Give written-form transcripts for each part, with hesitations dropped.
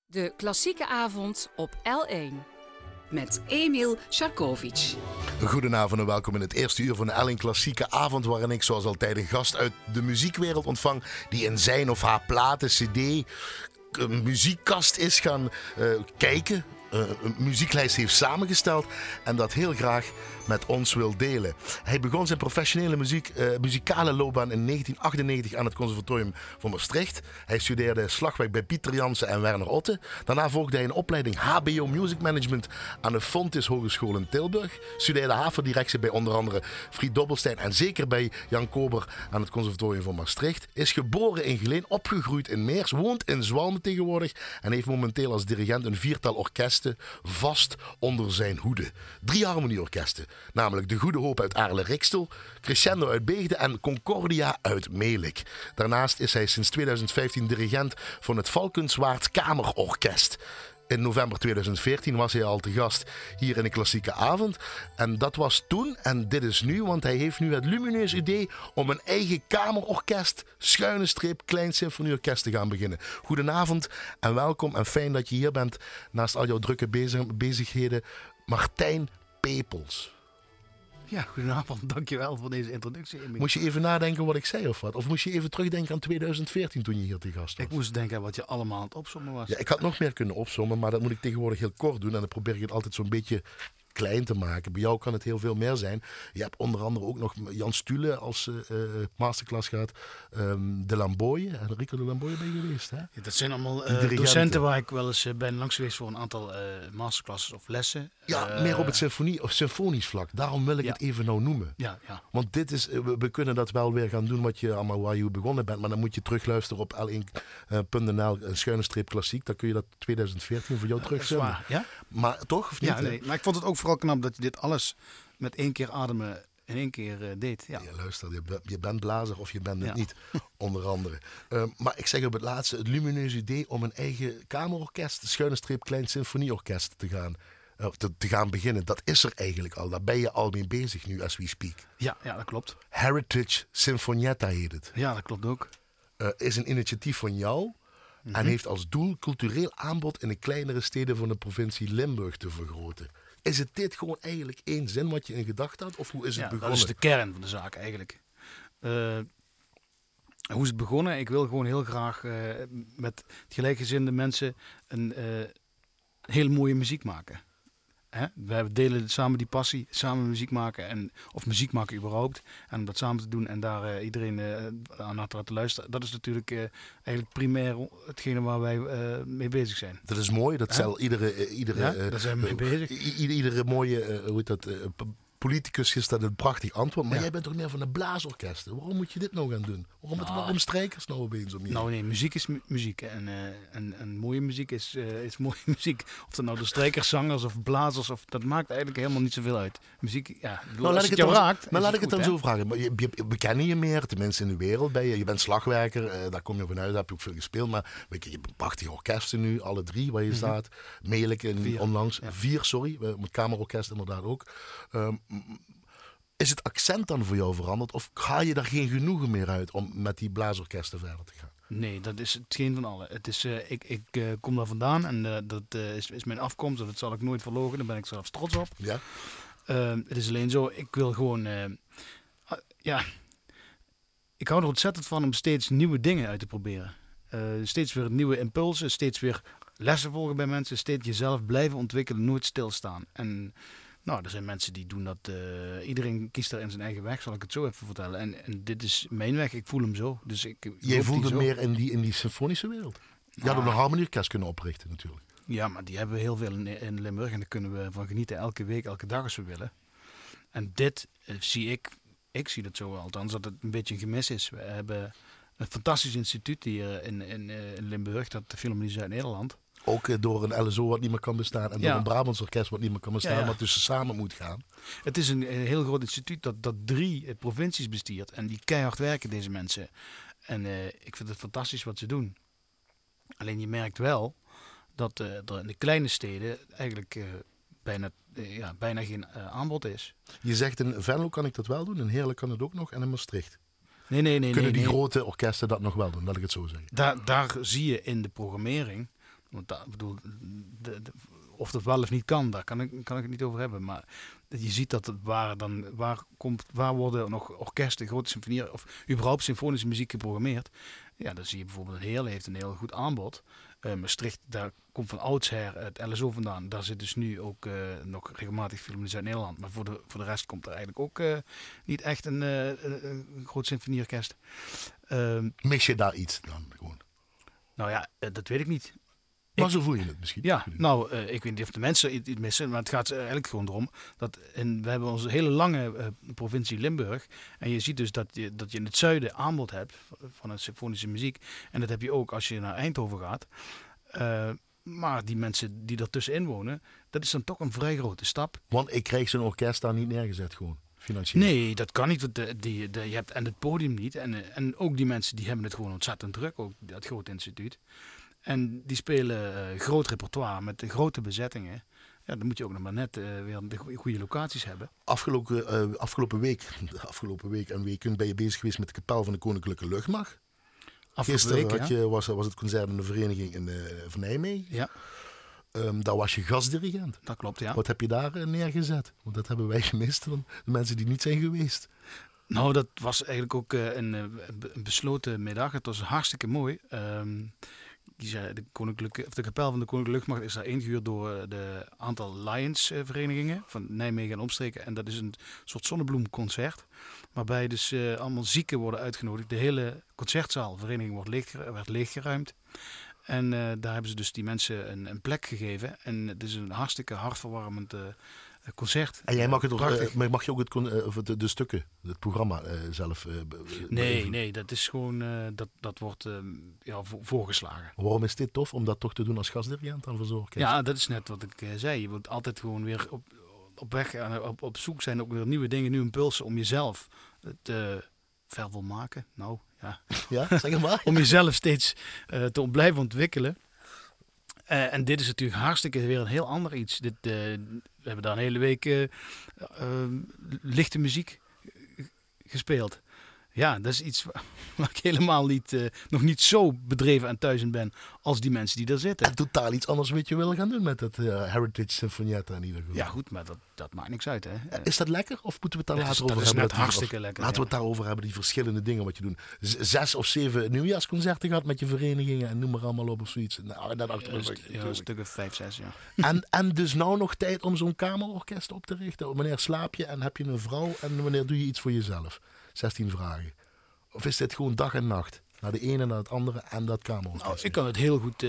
De klassieke avond op L1. Met Emil Sharkovic. Goedenavond en welkom in het eerste uur van de L1 Klassieke Avond, waarin ik zoals altijd een gast uit de muziekwereld ontvang die in zijn of haar platen, cd, muziekkast is gaan kijken, een muzieklijst heeft samengesteld en dat heel graag met ons wil delen. Hij begon zijn professionele muzikale loopbaan in 1998 aan het Conservatorium van Maastricht. Hij studeerde slagwerk bij Pieter Jansen en Werner Otte. Daarna volgde hij een opleiding HBO Music Management aan de Fontys Hogeschool in Tilburg. Studeerde havendirectie bij onder andere Fried Dobbelstein en zeker bij Jan Kober aan het Conservatorium van Maastricht. Is geboren in Geleen, opgegroeid in Meers, woont in Zwalmen tegenwoordig en heeft momenteel als dirigent een 4-tal orkesten vast onder zijn hoede. 3 harmonieorkesten. Namelijk De Goede Hoop uit Aarle-Rikstel, Crescendo uit Beegde en Concordia uit Melik. Daarnaast is hij sinds 2015 dirigent van het Valkenswaard Kamerorkest. In november 2014 was hij al te gast hier in de Klassieke Avond. En dat was toen en dit is nu, want hij heeft nu het lumineus idee om een eigen kamerorkest, klein symfonieorkest te gaan beginnen. Goedenavond en welkom en fijn dat je hier bent naast al jouw drukke bezigheden. Martijn Pepels. Ja, goedenavond. Dankjewel voor deze introductie, Emil. Moest je even nadenken wat ik zei of wat? Of moest je even terugdenken aan 2014 toen je hier te gast was? Ik moest denken aan wat je allemaal aan het opzommen was. Ja, ik had nog meer kunnen opzommen, maar dat moet ik tegenwoordig heel kort doen. En dan probeer ik het altijd zo'n beetje klein te maken. Bij jou kan het heel veel meer zijn. Je hebt onder andere ook nog Jan Stule als masterclass gehad. De Lamboye. Enrico de Lamboye ben je geweest, hè? Ja, dat zijn allemaal docenten waar ik wel eens ben langs geweest voor een aantal masterclasses of lessen. Ja, meer op het symfonisch vlak. Daarom wil ik het even nou noemen. Ja. Want dit is, we kunnen dat wel weer gaan doen waar je begonnen bent. Maar dan moet je terugluisteren op L1.nl/klassiek. Dan kun je dat 2014 voor jou terugzenden. Dat is waar, ja? Maar toch, of niet? Ja, nee. Maar ik vond het ook vooral knap dat je dit alles met 1 keer ademen in 1 keer deed. Ja. Ja, luister, je bent blazer of je bent het niet, onder andere. Maar ik zeg op het laatste, het lumineuze idee om een eigen kamerorkest, klein symfonieorkest te gaan beginnen. Dat is er eigenlijk al. Daar ben je al mee bezig nu, as we speak. Ja, dat klopt. Heritage Sinfonietta heet het. Ja, dat klopt ook. Is een initiatief van jou en heeft als doel cultureel aanbod in de kleinere steden van de provincie Limburg te vergroten. Is het dit gewoon eigenlijk één zin wat je in gedachten had? Of hoe is het begonnen? Dat is de kern van de zaak eigenlijk. Hoe is het begonnen? Ik wil gewoon heel graag met gelijkgezinde mensen een hele mooie muziek maken. We delen samen die passie, samen muziek maken of muziek maken überhaupt. En om dat samen te doen en daar iedereen aan te laten luisteren. Dat is natuurlijk eigenlijk primair hetgene waar wij mee bezig zijn. Dat is mooi, dat zal daar zijn we mee bezig. Iedere mooie, politicus is dat een prachtig antwoord. Maar jij bent toch meer van de blaasorkesten? Waarom moet je dit nou gaan doen? Waarom strijkers nou opeens om je? Nou nee, muziek is muziek. En mooie muziek is mooie muziek. Of dat nou de strijkers, zangers of blazers, dat maakt eigenlijk helemaal niet zoveel uit. Muziek, als het jou raakt. Maar laat ik het dan zo vragen. Maar we kennen je meer, tenminste in de wereld. Je bent slagwerker, daar kom je vanuit, daar heb je ook veel gespeeld. Maar weet je hebt prachtige orkesten nu, alle 3 waar je staat. Meelijk onlangs. 4, sorry. Met kamerorkest inderdaad ook. Is het accent dan voor jou veranderd? Of haal je daar geen genoegen meer uit om met die blaasorkesten verder te gaan? Nee, dat is het geen van allen. Het is, ik kom daar vandaan en dat is mijn afkomst. Dat zal ik nooit verloochenen. Daar ben ik zelfs trots op. Ja. Het is alleen zo, ik wil gewoon... ik hou er ontzettend van om steeds nieuwe dingen uit te proberen. Steeds weer nieuwe impulsen, steeds weer lessen volgen bij mensen. Steeds jezelf blijven ontwikkelen, nooit stilstaan. En... Nou, er zijn mensen die doen dat. Iedereen kiest daar in zijn eigen weg, zal ik het zo even vertellen. En dit is mijn weg, ik voel hem zo. Dus jij voelt het meer in die symfonische wereld? Je had ook een harmonieorkest kunnen oprichten natuurlijk. Ja, maar die hebben we heel veel in Limburg en daar kunnen we van genieten elke week, elke dag als we willen. En dit zie ik zie het zo althans, dat het een beetje een gemis is. We hebben een fantastisch instituut hier in Limburg, dat de Philharmonie Zuid-Nederland. Ook door een LSO wat niet meer kan bestaan en door een Brabants orkest wat niet meer kan bestaan, wat tussen samen moet gaan. Het is een heel groot instituut dat 3 provincies bestiert en die keihard werken, deze mensen. En ik vind het fantastisch wat ze doen. Alleen je merkt wel dat er in de kleine steden eigenlijk bijna geen aanbod is. Je zegt in Venlo kan ik dat wel doen, in Heerlen kan het ook nog en in Maastricht. Nee. Kunnen die grote orkesten dat nog wel doen, laat ik het zo zeggen. Daar zie je in de programmering Want ik bedoel, of dat wel of niet kan, daar kan ik het niet over hebben. Maar je ziet dat waar worden nog orkesten, grote symfonieën of überhaupt symfonische muziek geprogrammeerd. Ja, dan zie je bijvoorbeeld een Heerlen heeft een heel goed aanbod. Maastricht, daar komt van oudsher het LSO vandaan. Daar zit dus nu ook nog regelmatig film in Zuid-Nederland. Maar voor de rest komt er eigenlijk ook niet echt een groot symfonieorkest. Mis je daar iets dan gewoon? Nou ja, dat weet ik niet. Maar zo voel je het misschien. Ja, nou, ik weet niet of de mensen iets missen, maar het gaat eigenlijk gewoon erom dat we hebben onze hele lange provincie Limburg en je ziet dus dat je in het zuiden aanbod hebt van een symfonische muziek en dat heb je ook als je naar Eindhoven gaat. Maar die mensen die er tussenin wonen, dat is dan toch een vrij grote stap. Want ik krijg zo'n orkest daar niet neergezet gewoon, financieel. Nee, dat kan niet, want je hebt en het podium niet en ook die mensen die hebben het gewoon ontzettend druk, ook dat grote instituut. En die spelen groot repertoire met de grote bezettingen. Ja, dan moet je ook nog maar net weer de goede locaties hebben. Afgelopen week en weken ben je bezig geweest met de kapel van de Koninklijke Luchtmacht. Gisteren was het concert in de vereniging van Nijmegen. Ja. Daar was je gastdirigent. Dat klopt, ja. Wat heb je daar neergezet? Want dat hebben wij gemist, de mensen die niet zijn geweest. Nou, dat was eigenlijk ook een besloten middag. Het was hartstikke mooi. De kapel van de Koninklijke Luchtmacht is daar ingehuurd door de aantal Lions-verenigingen van Nijmegen en omstreken. En dat is een soort zonnebloemconcert, waarbij dus allemaal zieken worden uitgenodigd. De hele concertzaalvereniging werd leeggeruimd. En daar hebben ze dus die mensen een plek gegeven. En het is een hartstikke hartverwarmend concert. En jij mag het mag je ook de stukken, het programma zelf? Nee, dat is gewoon, dat wordt voorgeslagen. Waarom is dit tof om dat toch te doen als gastdirigent dan voor zo'n orkest? Ja, dat is net wat ik zei. Je moet altijd gewoon weer op weg en op zoek zijn, ook weer nieuwe dingen, nieuwe impulsen om jezelf te vervolmaken. Nou, ja. Ja, zeg maar. Om jezelf steeds te blijven ontwikkelen. En dit is natuurlijk hartstikke weer een heel ander iets. We hebben daar een hele week lichte muziek gespeeld. Ja, dat is iets waar ik helemaal nog niet zo bedreven aan thuis in ben als die mensen die daar zitten. En totaal iets anders wat je wil gaan doen met het Heritage Sinfonietta in ieder geval. Ja goed, maar dat maakt niks uit. Hè. Is dat lekker of moeten we het daar later over hebben? Dat is net hartstikke lekker. Laten we het daarover hebben, die verschillende dingen wat je doet. 6 of 7 nieuwjaarsconcerten gehad met je verenigingen en noem maar allemaal op of zoiets. Nou, een stuk of 5, 6, ja. En dus nou nog tijd om zo'n kamerorkest op te richten? Wanneer slaap je en heb je een vrouw en wanneer doe je iets voor jezelf? 16 vragen. Of is dit gewoon dag en nacht? Naar de ene, naar het andere en dat kamerorkest? Nou, ik kan het heel goed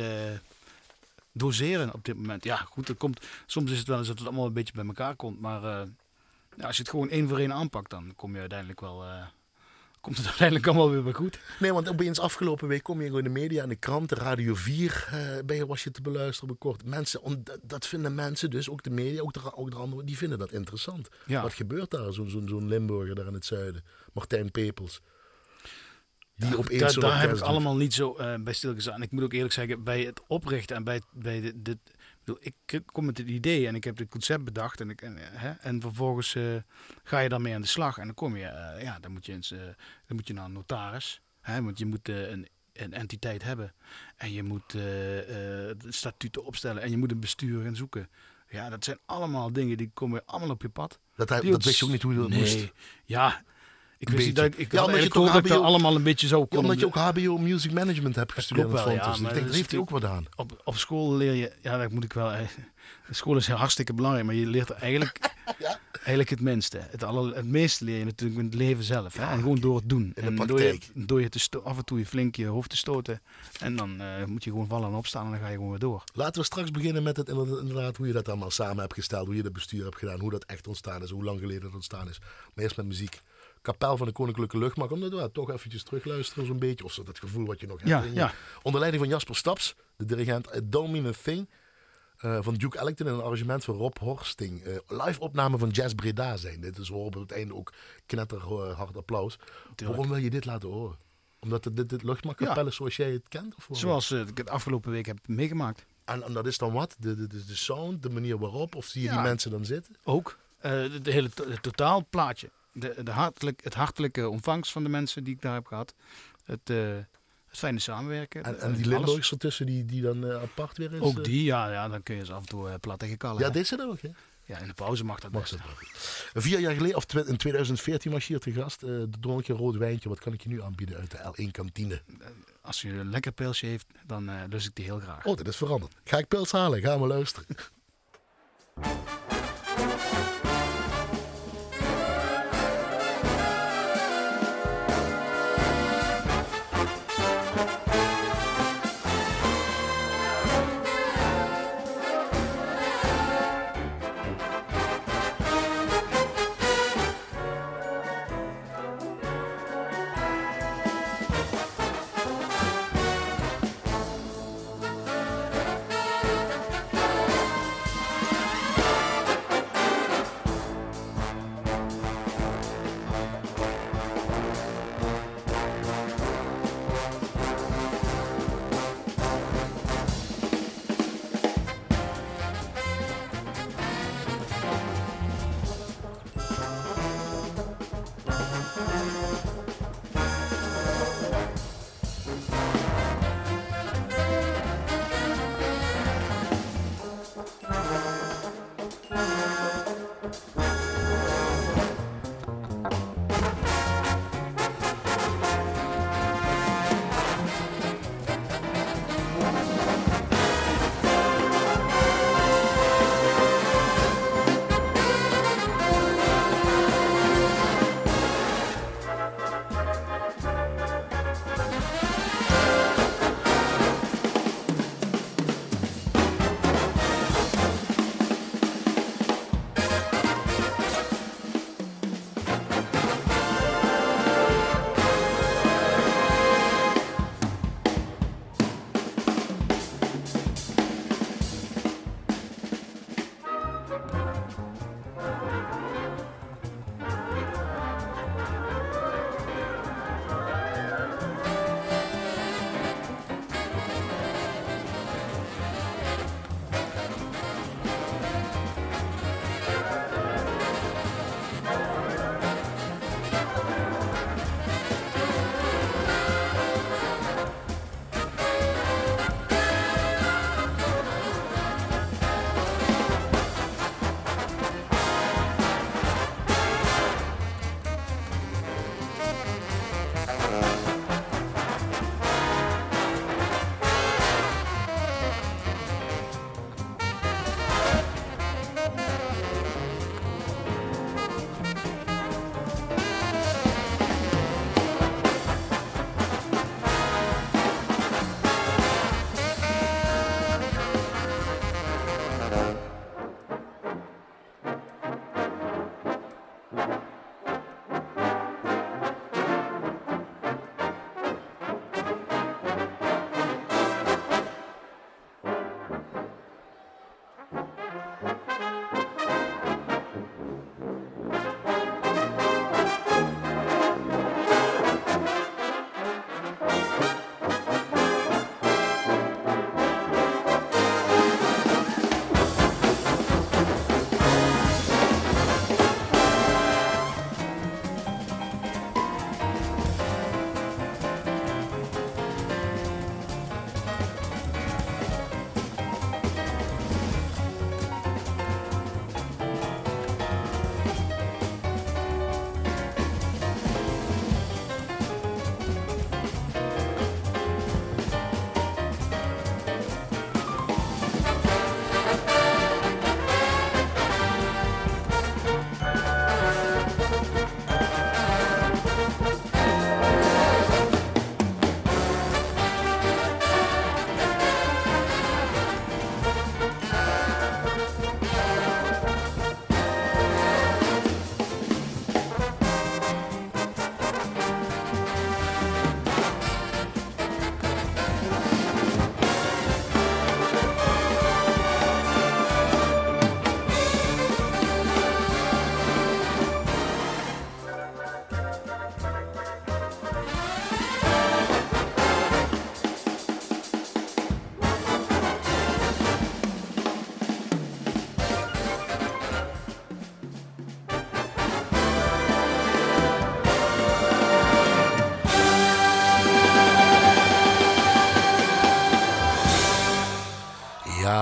doseren op dit moment. Ja, goed, soms is het wel eens dat het allemaal een beetje bij elkaar komt. Maar als je het gewoon 1 voor 1 aanpakt, dan kom je uiteindelijk wel... komt het uiteindelijk allemaal weer wel goed. Nee, want opeens afgelopen week kom je in de media, in de kranten, Radio 4 was je te beluisteren kort. Dat vinden mensen dus, ook de media, ook de anderen, die vinden dat interessant. Ja. Wat gebeurt daar, zo'n Limburger daar in het zuiden? Martijn Pepels. Die opeens daar heb ik allemaal niet zo bij stilgestaan. Ik moet ook eerlijk zeggen, bij het oprichten en bij dit... Ik kom met het idee en ik heb het concept bedacht en vervolgens ga je daarmee aan de slag en dan kom je, dan moet je naar een notaris, want je moet een entiteit hebben en je moet statuten opstellen en je moet een bestuur gaan zoeken. Ja, dat zijn allemaal dingen die komen allemaal op je pad. Dat wist je ook niet hoe je dat moest? Ja. Ik wist niet dat ik allemaal een beetje zo kon. Omdat je ook HBO Music Management hebt gestudeerd. Klopt wel, ja. Dus ik denk, dat heeft hij ook wat aan. Op school leer je, ja, dat moet ik wel. School is hartstikke belangrijk, maar je leert er eigenlijk het minste. Het meeste leer je natuurlijk met het leven zelf. Hè? En gewoon door het doen. In de praktijk. Door je af en toe flink je hoofd te stoten. En dan moet je gewoon vallen en opstaan en dan ga je gewoon weer door. Laten we straks beginnen met inderdaad hoe je dat allemaal samen hebt gesteld. Hoe je dat bestuur hebt gedaan. Hoe dat echt ontstaan is. Hoe lang geleden dat ontstaan is. Maar eerst met muziek. Kapel van de Koninklijke Luchtmacht. Omdat we toch eventjes terugluisteren zo'n beetje. Of zo dat gevoel wat je nog hebt. Ja. Onder leiding van Jasper Staps. De dirigent Don't Mean a Thing. Van Duke Ellington en een arrangement van Rob Horsting. Live opname van Jazz Breda zijn. Dit is horen op het einde ook knetterhard applaus. Tuurlijk. Waarom wil je dit laten horen? Omdat dit luchtmachtkapel is zoals jij het kent? Of zoals ik het afgelopen week heb meegemaakt. En dat is dan wat? De sound, de manier waarop? Of zie je die mensen dan zitten? Ook. Het totaalplaatje. Het hartelijke ontvangst van de mensen die ik daar heb gehad. Het fijne samenwerken. En die Limburgers ertussen die dan apart weer is? Ook die, ja, dan kun je ze af en toe plat tegen kallen. Ja, dit is het ook, hè? Ja, in de pauze mag dat best. 4 jaar geleden, of in 2014 was je hier te gast. Dronk ik een rood wijntje. Wat kan ik je nu aanbieden uit de L1 kantine? Als je een lekker pilsje heeft, dan lust ik die heel graag. Oh, dat is veranderd. Ga ik pils halen? Ga maar luisteren.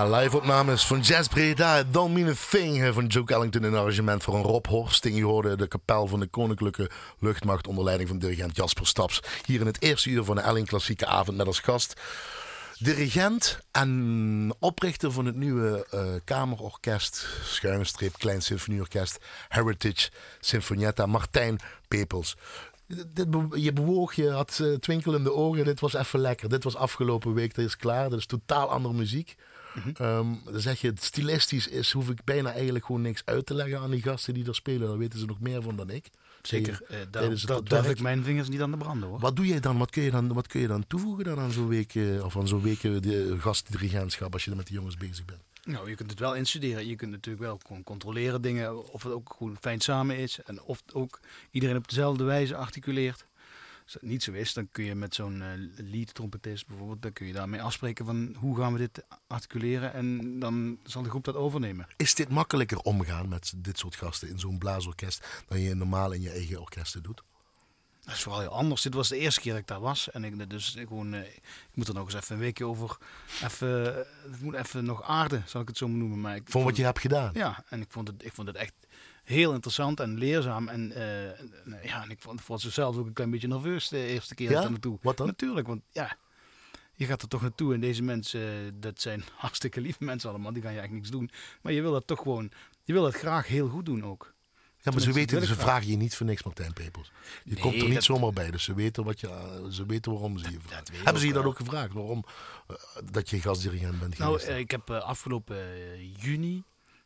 Live-opnames van Jazz Breda, Don't Mean a Thing van Duke Ellington in arrangement voor een Rob Horsting. Je hoorde de kapel van de Koninklijke Luchtmacht onder leiding van dirigent Jasper Staps. Hier in het eerste uur van de Elling Klassieke Avond met als gast dirigent en oprichter van het nieuwe kamerorkest, / klein symfonieorkest, Heritage Sinfonietta, Martijn Pepels. Je bewoog, je had twinkelende ogen. Dit was even lekker. Dit was afgelopen week. Dat is klaar. Dat is totaal andere muziek. Dan zeg je, het stilistisch is, hoef ik bijna eigenlijk gewoon niks uit te leggen aan die gasten die er spelen. Daar weten ze nog meer van dan ik. Zeker. Daar durf ik mijn vingers niet aan de branden, hoor. Wat doe jij dan? Wat kun je dan toevoegen dan aan zo'n week, of aan zo'n week de gastdirigentschap als je met die jongens bezig bent? Nou, je kunt het wel instuderen. Je kunt natuurlijk wel gewoon controleren dingen, of het ook goed fijn samen is. En of het ook iedereen op dezelfde wijze articuleert. Als dat niet zo is, dan kun je met zo'n lead-trompetist bijvoorbeeld, dan kun je daarmee afspreken van hoe gaan we dit articuleren. En dan zal de groep dat overnemen. Is dit makkelijker omgaan met dit soort gasten in zo'n blaasorkest dan je normaal in je eigen orkesten doet? Dat is vooral heel anders. Dit was de eerste keer dat ik daar was. En ik moet er nog eens even een weekje over. Het moet even nog aarden, zal ik het zo noemen. Maar Van wat je hebt gedaan? Ja, en ik vond het echt heel interessant en leerzaam. En ik vond voor zichzelf ook een klein beetje nerveus de eerste keer dat ik er naartoe. Wat dan? Natuurlijk, want ja, je gaat er toch naartoe. En deze mensen, dat zijn hartstikke lieve mensen allemaal. Die gaan je eigenlijk niks doen. Maar je wil dat toch gewoon, je wil dat graag heel goed doen ook. Ja, maar ze vragen je niet voor niks, Martijn Pepels. Je komt er niet zomaar bij, dus ze weten waarom ze je vragen. Hebben ze je dat ook gevraagd? Waarom dat je gastdirigent bent geweest? Nou, ik heb afgelopen juni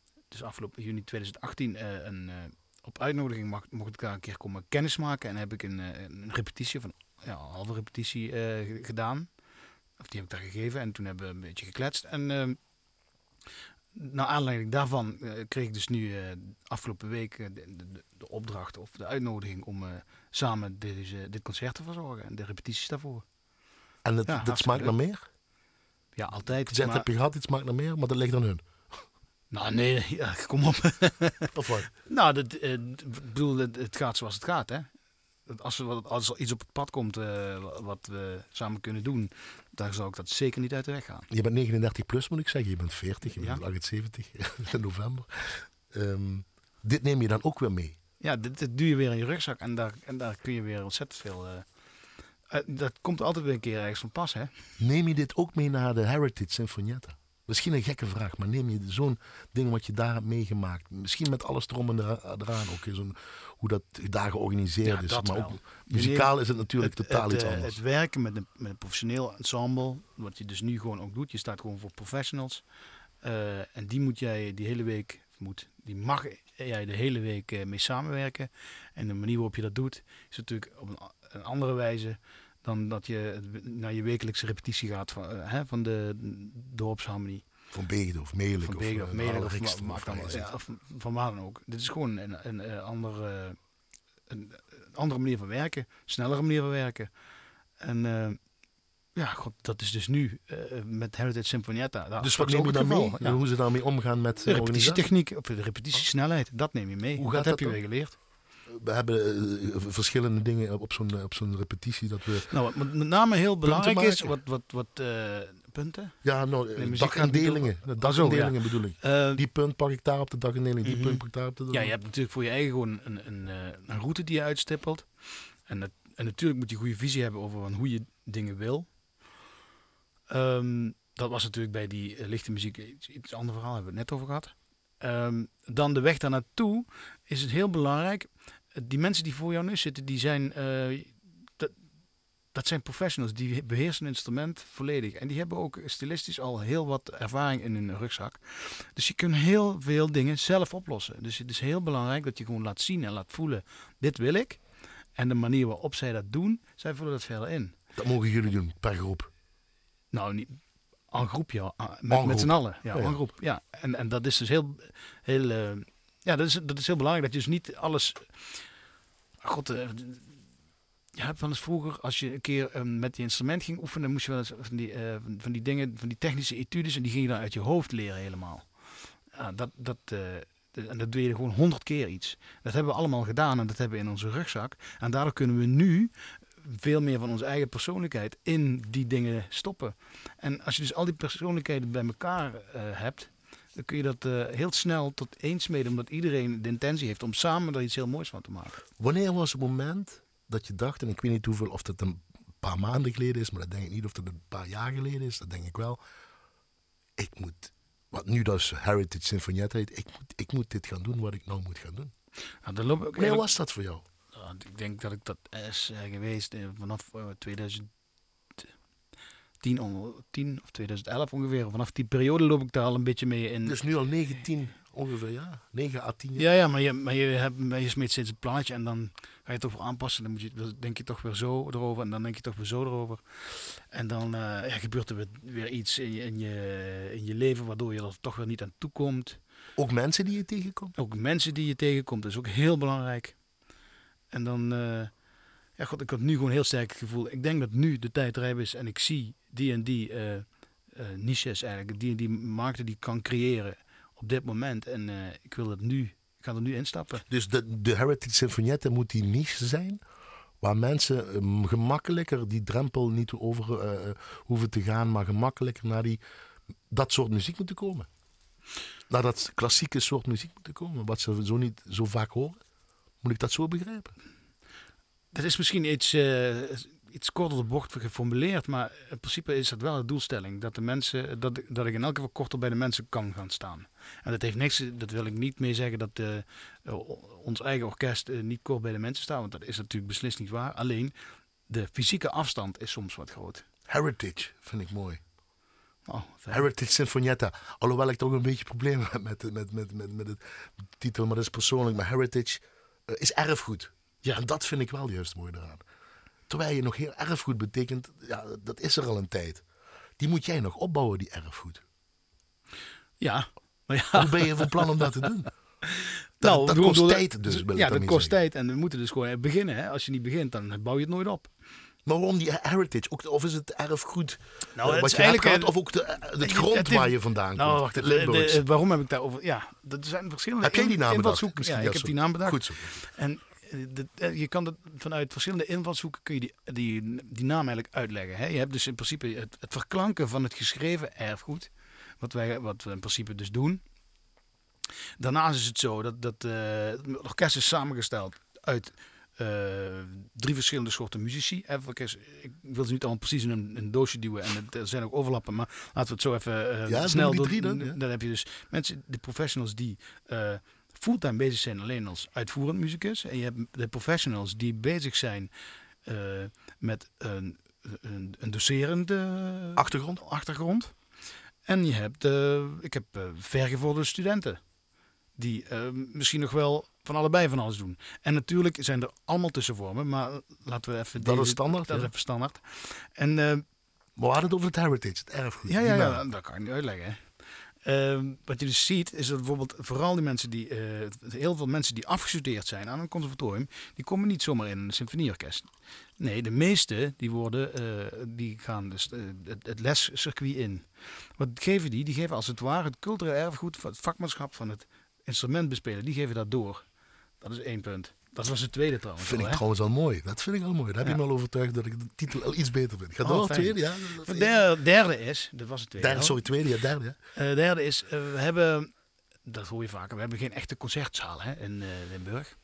2018, op uitnodiging mocht ik daar een keer komen kennismaken. En heb ik een repetitie, een halve repetitie gedaan. Of die heb ik daar gegeven en toen hebben we een beetje gekletst. En naar aanleiding daarvan kreeg ik dus nu afgelopen week de opdracht of de uitnodiging om samen dit concert te verzorgen en de repetities daarvoor. En dat smaakt naar meer? Ja, altijd. Gezegd heb je gehad, het smaakt naar meer, maar dat ligt aan hun. Nou nee, kom op. Of wat? Nou, het gaat zoals het gaat, hè. Als er iets op het pad komt wat we samen kunnen doen, dan zou ik dat zeker niet uit de weg gaan. Je bent 39 plus, moet ik zeggen. Je bent 40, je bent 78 in november. Dit neem je dan ook weer mee? Ja, dit doe je weer in je rugzak en daar kun je weer ontzettend veel. Dat komt altijd weer een keer ergens van pas, hè? Neem je dit ook mee naar de Heritage Sinfonietta? Misschien een gekke vraag, maar neem je zo'n ding wat je daar hebt meegemaakt, misschien met alles erom en eraan, ook hoe dat daar georganiseerd is. Maar ook muzikaal is het natuurlijk totaal iets anders. Het werken met een professioneel ensemble, wat je dus nu gewoon ook doet, je staat gewoon voor professionals. En die moet jij die hele week, mag jij de hele week mee samenwerken. En de manier waarop je dat doet, is natuurlijk op een andere wijze dan dat je naar je wekelijkse repetitie gaat van de dorpsharmonie. Van Beegde of Melijk. Van Beegde of Melijk of van waar dan ook. Dit is gewoon een andere manier van werken. Snellere manier van werken. En dat is dus nu met Heritage Sinfonietta. Dus wat neem je dan mee? Ja. Hoe ze daarmee omgaan met de repetitietechniek, of de repetitiesnelheid, dat neem je mee. Dat heb je weer geleerd. We hebben verschillende dingen op zo'n repetitie. Dat we met name heel belangrijk is, wat punten? Ja, dagindelingen. Dagindelingen bedoel ik. Die punt pak ik daar op de dagindeling, die punt pak ik daar op de dagindeling. Ja, je hebt natuurlijk voor je eigen gewoon een route die je uitstippelt. En natuurlijk moet je een goede visie hebben over hoe je dingen wil. Dat was natuurlijk bij die lichte muziek iets ander verhaal, hebben we het net over gehad. Dan de weg daar naartoe is het heel belangrijk. Die mensen die voor jou nu zitten, die zijn, dat zijn professionals. Die beheersen een instrument volledig. En die hebben ook stilistisch al heel wat ervaring in hun rugzak. Dus je kunt heel veel dingen zelf oplossen. Dus het is heel belangrijk dat je gewoon laat zien en laat voelen. Dit wil ik. En de manier waarop zij dat doen, zij vullen dat verder in. Dat mogen jullie doen, per groep? Nou, niet en groep, ja. Met z'n allen. Ja, en groep. Ja. En dat is dus dat is heel belangrijk. Dat je dus niet alles... je hebt wel eens vroeger, als je een keer met die instrument ging oefenen, moest je wel eens van die dingen, van die technische etudes, en die ging je dan uit je hoofd leren helemaal. Ja, en dat doe je gewoon 100 keer iets. Dat hebben we allemaal gedaan en dat hebben we in onze rugzak. En daardoor kunnen we nu veel meer van onze eigen persoonlijkheid in die dingen stoppen. En als je dus al die persoonlijkheden bij elkaar hebt, dan kun je dat heel snel tot één smeden, omdat iedereen de intentie heeft om samen er iets heel moois van te maken. Wanneer was het moment dat je dacht, en ik weet niet hoeveel, of dat een paar maanden geleden is, maar dat denk ik niet, of dat een paar jaar geleden is, dat denk ik wel. Ik moet, wat nu dus Heritage Sinfonietta heet, ik moet dit gaan doen wat ik nou moet gaan doen. Nou, dan loop ik ook Wanneer was dat voor jou? Ik denk dat ik dat is geweest vanaf 2010 of 2011 ongeveer. Vanaf die periode loop ik daar al een beetje mee in. Dus nu al 19 ongeveer, ja. 9 à 10 jaar. Ja, maar je smeet steeds een plaatje en dan ga je het toch weer aanpassen. Dan denk je toch weer zo erover en dan denk je toch weer zo erover. En dan gebeurt er weer iets in je leven waardoor je er toch weer niet aan toe komt. Ook mensen die je tegenkomt? Ook mensen die je tegenkomt, dat is ook heel belangrijk. En dan, ik had nu gewoon heel sterk het gevoel. Ik denk dat nu de tijd rijp is en ik zie die en die niches eigenlijk, die en die markten die ik kan creëren op dit moment. En ik wil dat nu, ik ga er nu instappen. Dus de Heritage Sinfonietta moet die niche zijn, waar mensen gemakkelijker die drempel niet over hoeven te gaan, maar gemakkelijker naar dat soort muziek moeten komen. Naar dat klassieke soort muziek moeten komen, wat ze zo niet zo vaak horen. Moet ik dat zo begrijpen? Dat is misschien iets korter de bocht geformuleerd, maar in principe is dat wel de doelstelling. Dat de mensen, dat ik in elk geval korter bij de mensen kan gaan staan. En dat heeft niks, dat wil ik niet mee zeggen dat ons eigen orkest niet kort bij de mensen staat, want dat is natuurlijk beslist niet waar. Alleen de fysieke afstand is soms wat groot. Heritage vind ik mooi. Oh, Heritage Sinfonietta. Alhoewel ik toch een beetje problemen heb met de titel, maar dat is persoonlijk. Maar Heritage is erfgoed. Ja. En dat vind ik wel juist mooi eraan. Terwijl je nog heel erfgoed betekent, ja, dat is er al een tijd. Die moet jij nog opbouwen, die erfgoed. Ja. Maar ja. Hoe ben je van plan om dat te doen? Dat kost tijd dus. Ja, dat kost tijd en we moeten dus gewoon beginnen. Hè? Als je niet begint, dan bouw je het nooit op. Maar waarom die heritage? Of is het erfgoed wat je hebt gehad, of ook het grond waar je vandaan komt? Wacht, waarom heb ik daarover? Ja, dat zijn verschillende heb jij die naam bedacht? Ja, ik heb die naam bedacht. Goed zo. En je kan het vanuit verschillende invalshoeken kun je die naam eigenlijk uitleggen. Hè? Je hebt dus in principe het verklanken van het geschreven erfgoed, wat we in principe dus doen. Daarnaast is het zo dat het orkest is samengesteld uit 3 verschillende soorten muzici. Ik wil ze niet allemaal precies in een doosje duwen en er zijn ook overlappen, maar laten we het zo even snel doen. Dan heb je dus mensen, de professionals die fulltime bezig zijn alleen als uitvoerend muzikus. En je hebt de professionals die bezig zijn met een doserende achtergrond. En je hebt, ik heb vergevorderde studenten. Die misschien nog wel van allebei van alles doen. En natuurlijk zijn er allemaal tussenvormen, maar laten we even... Dat is standaard. Dat is even standaard. En, maar we hadden het over het heritage, het erfgoed. Ja, dat kan ik niet uitleggen. Hè. Wat je dus ziet, is dat bijvoorbeeld vooral die mensen heel veel mensen die afgestudeerd zijn aan een conservatorium, die komen niet zomaar in een symfonieorkest. Nee, de meeste die gaan dus het lescircuit in. Wat geven die? Die geven als het ware het cultureel erfgoed, het vakmanschap van het instrument bespelen, die geven dat door. Dat is 1 punt. Dat was het tweede trouwens. Vind ik trouwens al mooi. Dat vind ik al mooi. Daar heb je me al overtuigd dat ik de titel al iets beter vind. Gaat door, tweede, ja. Het derde is, dat was het tweede. Derde. Derde is, we hebben, dat hoor je vaker, we hebben geen echte concertzaal in Limburg.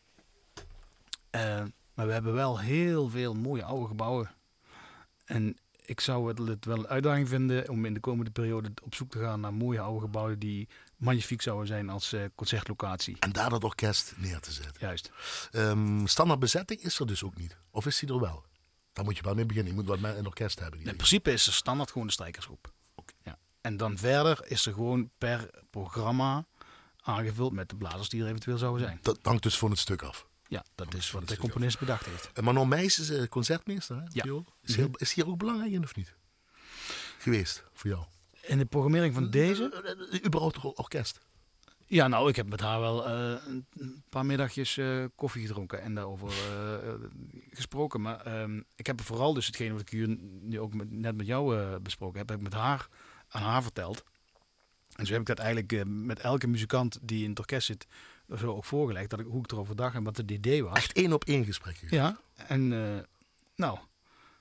Maar we hebben wel heel veel mooie oude gebouwen. En ik zou het wel een uitdaging vinden om in de komende periode op zoek te gaan naar mooie oude gebouwen die magnifiek zouden zijn als concertlocatie. En daar dat orkest neer te zetten. Juist. Standaard bezetting is er dus ook niet. Of is die er wel? Daar moet je wel mee beginnen. Je moet wat een orkest hebben. In principe is er standaard gewoon de strijkersgroep. Okay. Ja. En dan verder is er gewoon per programma aangevuld met de blazers die er eventueel zouden zijn. Dat hangt dus van het stuk af. Ja, dat is wat de componist bedacht heeft. Manon Meijs is concertmeester, hè? Ja. Is hier ook belangrijk in of niet? Geweest, voor jou? In de programmering van deze? Überhaupt orkest? Ja, nou, ik heb met haar wel een paar middagjes koffie gedronken en daarover gesproken. Maar ik heb vooral dus hetgene wat ik hier nu ook net met jou besproken heb ik met haar aan haar verteld. En zo heb ik dat eigenlijk met elke muzikant die in het orkest zit zo ook voorgelegd. Hoe ik erover dacht en wat het idee was. Echt 1-op-1 gesprek. Ja, en nou,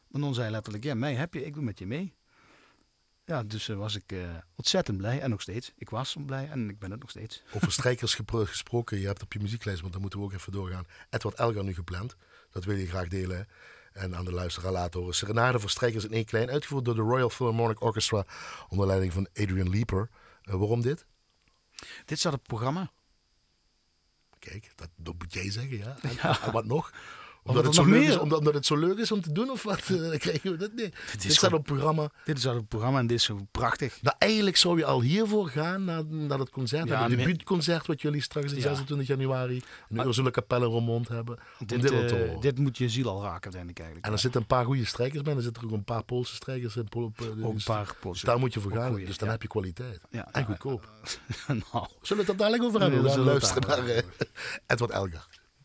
Manon zei letterlijk, ja, mij heb je, ik doe met je mee. Ja, dus was ik ontzettend blij en nog steeds. Ik was blij en ik ben het nog steeds. Over strijkers gesproken, je hebt op je muzieklijst, want daar moeten we ook even doorgaan. Edward Elgar nu gepland, dat wil je graag delen. Hè? En aan de luisteraar laten horen. Serenade voor strijkers in één klein, uitgevoerd door de Royal Philharmonic Orchestra onder leiding van Adrian Leeper. Waarom dit? Dit staat op het programma. Kijk, dat moet jij zeggen, ja. En wat nog? Omdat Omdat het zo leuk is om te doen, of wat? Krijgen we dat? Nee. Dit staat op het programma. Dit staat op het programma en dit is zo prachtig. Nou, eigenlijk zou je al hiervoor gaan naar het concert. Het debuutconcert wat jullie straks in 26 januari in de Ursula Kapelle in Roermond hebben. Dit moet je ziel al raken, denk ik eigenlijk. En er zitten een paar goede strijkers bij. Er zitten ook een paar Poolse strijkers in. Ook een paar Poolse. Dus daar moet je voor gaan. Goeie, dus dan heb je kwaliteit. Ja, en goedkoop. Nou. Zullen we het daar dadelijk over hebben? Nee, dan luisteren naar Edward Elgar.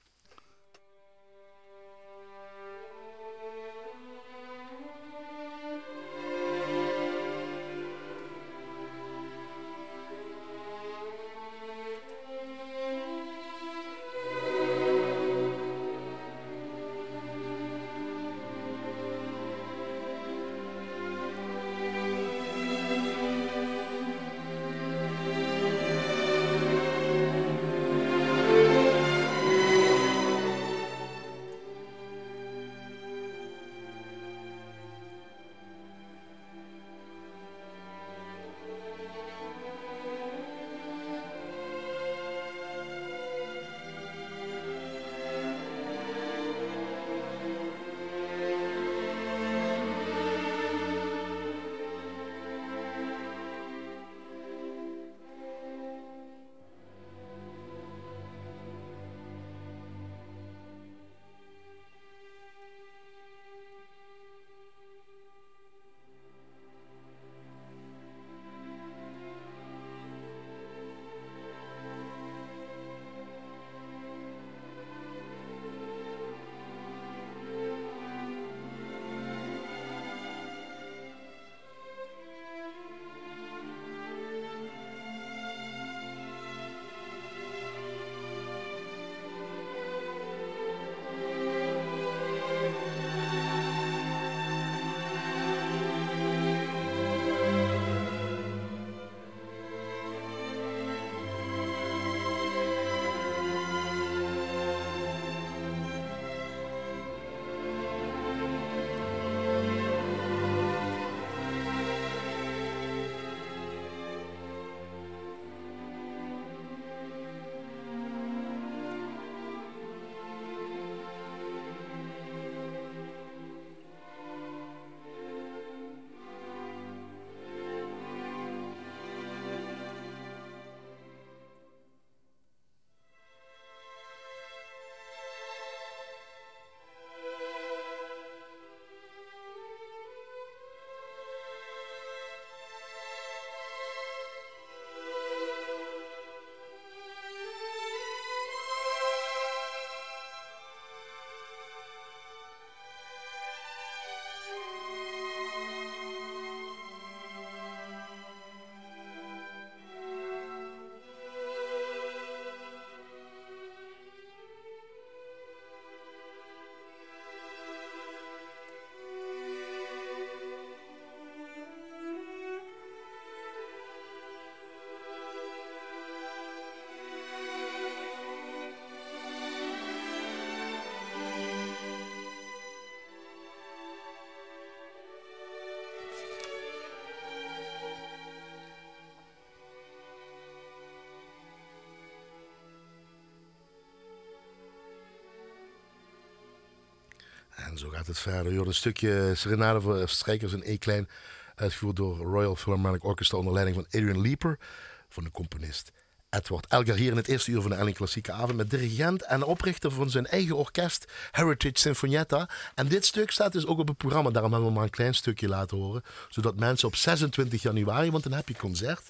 En zo gaat het verder. Je hoort een stukje Serenade voor strijkers in E-klein, uitgevoerd door Royal Philharmonic Orchestra onder leiding van Adrian Leeper, van de componist Edward Elgar, hier in het eerste uur van de Elling Klassieke Avond met dirigent en oprichter van zijn eigen orkest Heritage Sinfonietta. En dit stuk staat dus ook op het programma, daarom hebben we maar een klein stukje laten horen, zodat mensen op 26 januari, want dan heb je concert,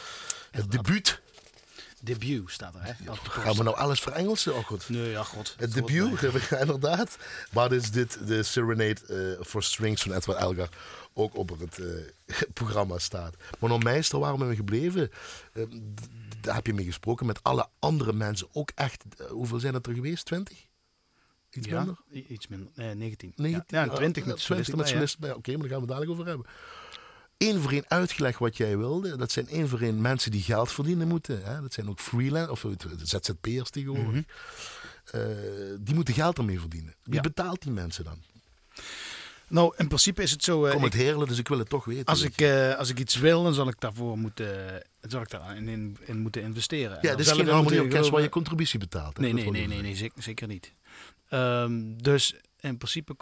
het debuut staat er, hè? Gaan we nou alles voor Engels? Oh, goed. Nee, ja, god. Het debuut, inderdaad. Maar is dit de Serenade for Strings van Edward Elgar ook op het programma staat. Manon Meister, waarom ben we gebleven? Daar heb je mee gesproken met alle andere mensen. Ook echt, hoeveel zijn het er geweest? 20? Iets minder? Iets minder. Nee, 19. 19? Ja, 20 met solisten. Met solisten bij. Oké, maar daar gaan we dadelijk over hebben. Eén voor één uitgelegd wat jij wilde. Dat zijn één voor één mensen die geld verdienen moeten. Hè? Dat zijn ook freelance of ZZP'ers tegenwoordig. Die moeten geld ermee verdienen. Wie betaalt die mensen dan? Nou, in principe is het zo... Ik kom uit Heerlen, dus ik wil het toch weten. Als ik iets wil, dan zal ik daarvoor moeten moeten investeren. Ja, dit is geen harmonieorkest waar je contributie betaalt. Nee, zeker niet. Dus in principe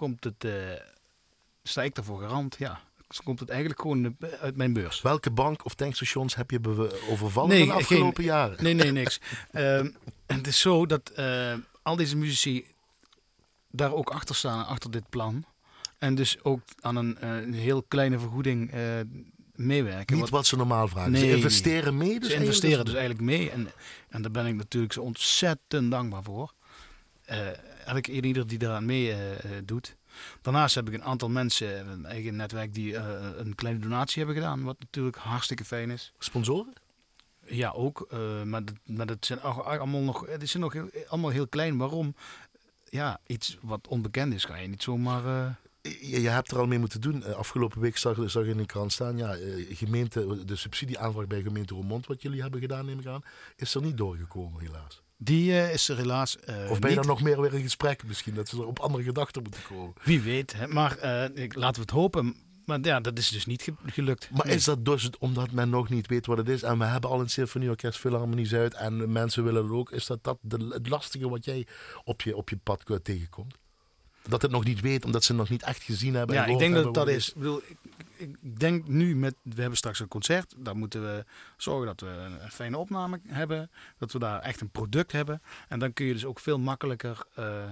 sta ik daarvoor garant, ja. Dus komt het eigenlijk gewoon uit mijn beurs. Welke bank of tankstations heb je overvallen de afgelopen jaren? Nee, niks. Het is zo dat al deze muzici daar ook achter staan, achter dit plan. En dus ook aan een heel kleine vergoeding meewerken. Niet wat ze normaal vragen. Ze investeren mee? Dus ze investeren dus eigenlijk mee. En daar ben ik natuurlijk zo ontzettend dankbaar voor. Eigenlijk ieder die daaraan mee doet. Daarnaast heb ik een aantal mensen, een eigen netwerk, die een kleine donatie hebben gedaan. Wat natuurlijk hartstikke fijn is. Sponsoren? Ja, ook. Maar dat zijn allemaal heel klein. Waarom? Ja, iets wat onbekend is, ga je niet zomaar... Je hebt er al mee moeten doen. Afgelopen week zag je in de krant staan. Ja, de subsidieaanvraag bij gemeente Roermond, wat jullie hebben gedaan, neem ik aan, is er niet doorgekomen, helaas. Die is er helaas Of ben je dan nog meer weer in gesprek misschien, dat ze er op andere gedachten moeten komen? Wie weet, hè? Maar laten we het hopen. Maar ja, dat is dus niet gelukt. Maar is dat dus omdat men nog niet weet wat het is? En we hebben al een symfonieorkest Philharmonie Zuid en mensen willen het ook. Is dat het lastige wat jij op je pad tegenkomt? Dat het nog niet weet, omdat ze het nog niet echt gezien hebben. Ja, ik denk dat het dat is. Ik denk nu we hebben straks een concert. Daar moeten we zorgen dat we een fijne opname hebben. Dat we daar echt een product hebben. En dan kun je dus ook veel makkelijker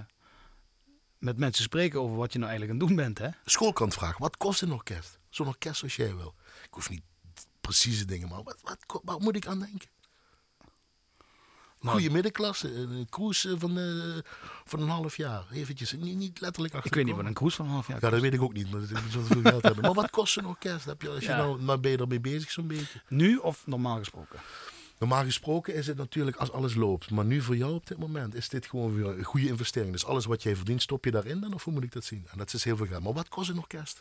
met mensen spreken over wat je nou eigenlijk aan het doen bent. Hè? Schoolkantvraag. Wat kost een orkest? Zo'n orkest zoals jij wil. Ik hoef niet precieze dingen, maar wat moet ik aan denken? Goede middenklasse, een cruise van een half jaar. Eventjes, niet letterlijk achter. Ik weet niet wat een cruise van een half jaar kost. Ja, dat weet ik ook niet, maar dat moet zoveel geld hebben. Maar wat kost een orkest? Heb je, als je nou ben je ermee bezig zo'n beetje? Nu of normaal gesproken? Normaal gesproken is het natuurlijk als alles loopt. Maar nu voor jou op dit moment is dit gewoon weer een goede investering. Dus alles wat jij verdient, stop je daarin dan? Of hoe moet ik dat zien? En dat is heel veel geld. Maar wat kost een orkest?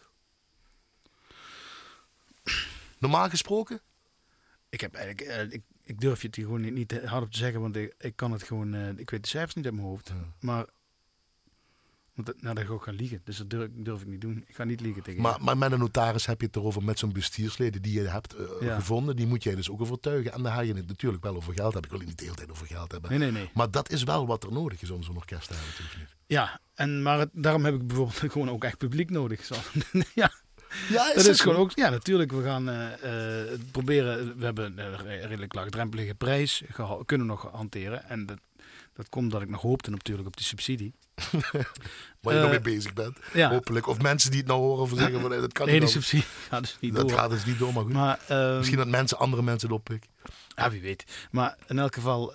Normaal gesproken? Ik heb eigenlijk... Ik durf je het hier gewoon niet hardop te zeggen, want ik kan het gewoon... ik weet de cijfers niet uit mijn hoofd. Ja. Maar... dan ga ik ook gaan liegen. Dus dat durf ik niet doen. Ik ga niet liegen tegen je. Maar met een notaris heb je het erover met zo'n bestuursleden die je hebt gevonden. Die moet jij dus ook overtuigen. En dan ga je het natuurlijk wel over geld hebben. Ik wil niet de hele tijd over geld hebben. Nee. Maar dat is wel wat er nodig is om zo'n orkest te hebben natuurlijk niet. Ja, maar daarom heb ik bijvoorbeeld gewoon ook echt publiek nodig. Ja. Ja, dat is gewoon ook... Ja, natuurlijk. We gaan proberen... We hebben een redelijk laagdrempelige prijs kunnen nog hanteren. En dat komt dat ik nog hoopte natuurlijk op die subsidie. Waar je nog mee bezig bent. Ja. Hopelijk. Of mensen die het nou horen of zeggen van dat kan niet. Die subsidie gaat dus niet door. Dat gaat dus niet door, maar goed. Misschien dat andere mensen het oppikken. Ja, wie weet. Maar in elk geval...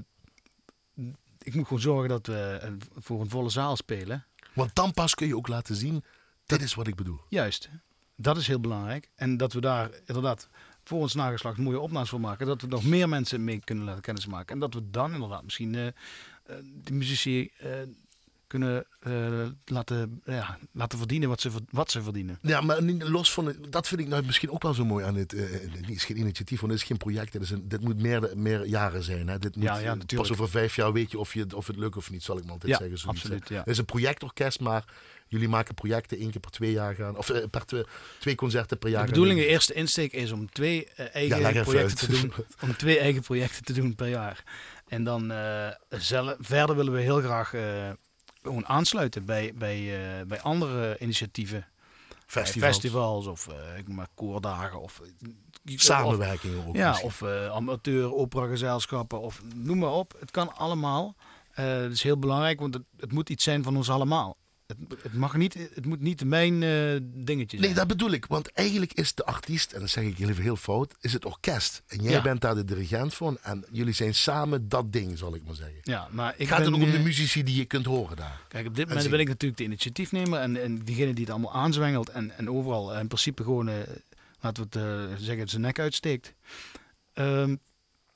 ik moet gewoon zorgen dat we voor een volle zaal spelen. Want dan pas kun je ook laten zien... Dit is wat ik bedoel. Juist. Dat is heel belangrijk. En dat we daar inderdaad voor ons nageslacht mooie opnames voor maken. Dat we nog meer mensen mee kunnen laten kennismaken. En dat we dan inderdaad misschien de muzici kunnen laten verdienen wat ze verdienen. Ja, maar los van... Dat vind ik nou misschien ook wel zo mooi aan dit. Het is geen initiatief, want dit is geen project. Dit moet meer jaren zijn. Hè. Dit moet, pas over 5 jaar weet je of het lukt of niet, zal ik maar altijd zeggen. Zoiets, absoluut. Ja. Het is een projectorkest, maar... Jullie maken projecten 1 keer per 2 jaar gaan. Of per 2 concerten per jaar. De bedoeling, de eerste insteek is om 2 eigen projecten te doen. Om 2 eigen projecten te doen per jaar. En dan verder willen we heel graag gewoon aansluiten bij andere initiatieven. Festivals of koordagen of samenwerkingen ook. Ja, of amateur operagezelschappen of noem maar op. Het kan allemaal. Dat is heel belangrijk, want het moet iets zijn van ons allemaal. Het moet niet mijn dingetje zijn. Nee, dat bedoel ik. Want eigenlijk is de artiest, en dat zeg ik heel fout, is het orkest. En jij bent daar de dirigent van. En jullie zijn samen dat ding, zal ik maar zeggen. Ja, maar gaat het ook om de muzici die je kunt horen daar? Kijk, op dit moment ben ik natuurlijk de initiatiefnemer. En diegene die het allemaal aanzwengelt. En overal in principe gewoon, laten we het zeggen, zijn nek uitsteekt.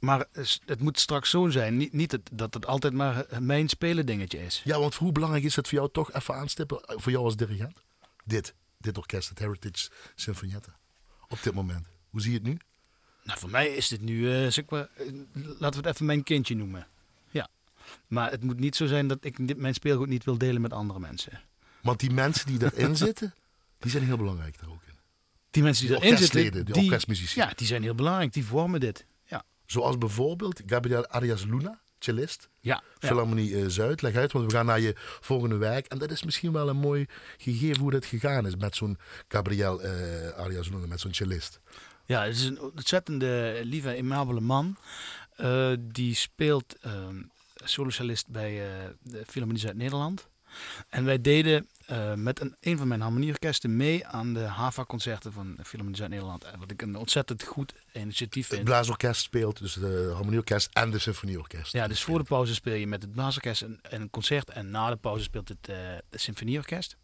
Maar het moet straks zo zijn. Niet dat het altijd maar mijn spelen dingetje is. Ja, want hoe belangrijk is het voor jou toch even aanstippen, voor jou als dirigent? Dit orkest, het Heritage Sinfonietta. Op dit moment. Hoe zie je het nu? Nou, voor mij is dit nu, zeg maar, laten we het even mijn kindje noemen. Ja. Maar het moet niet zo zijn dat ik mijn speelgoed niet wil delen met andere mensen. Want die mensen die erin zitten, die zijn heel belangrijk daar ook in. Die mensen die erin zitten, de orkestmuzici. Ja, die zijn heel belangrijk. Die vormen dit. Ja. Zoals bijvoorbeeld Gabriel Arias Luna, cellist. Ja. Philharmonie Zuid. Leg uit, want we gaan naar je volgende werk. En dat is misschien wel een mooi gegeven hoe dat gegaan is met zo'n Gabriel Arias Luna, met zo'n cellist. Ja, het is een ontzettende lieve, aimabele man. Die speelt solocellist bij de Philharmonie Zuid-Nederland. En wij deden met een van mijn harmonieorkesten mee aan de HAVA-concerten van de Philharmonie Zuid-Nederland. Wat ik een ontzettend goed initiatief vind. Het blaasorkest speelt, dus de harmonieorkest en de symfonieorkest. Ja, dus voor de pauze speel je met het blaasorkest een concert. En na de pauze speelt het symfonieorkest.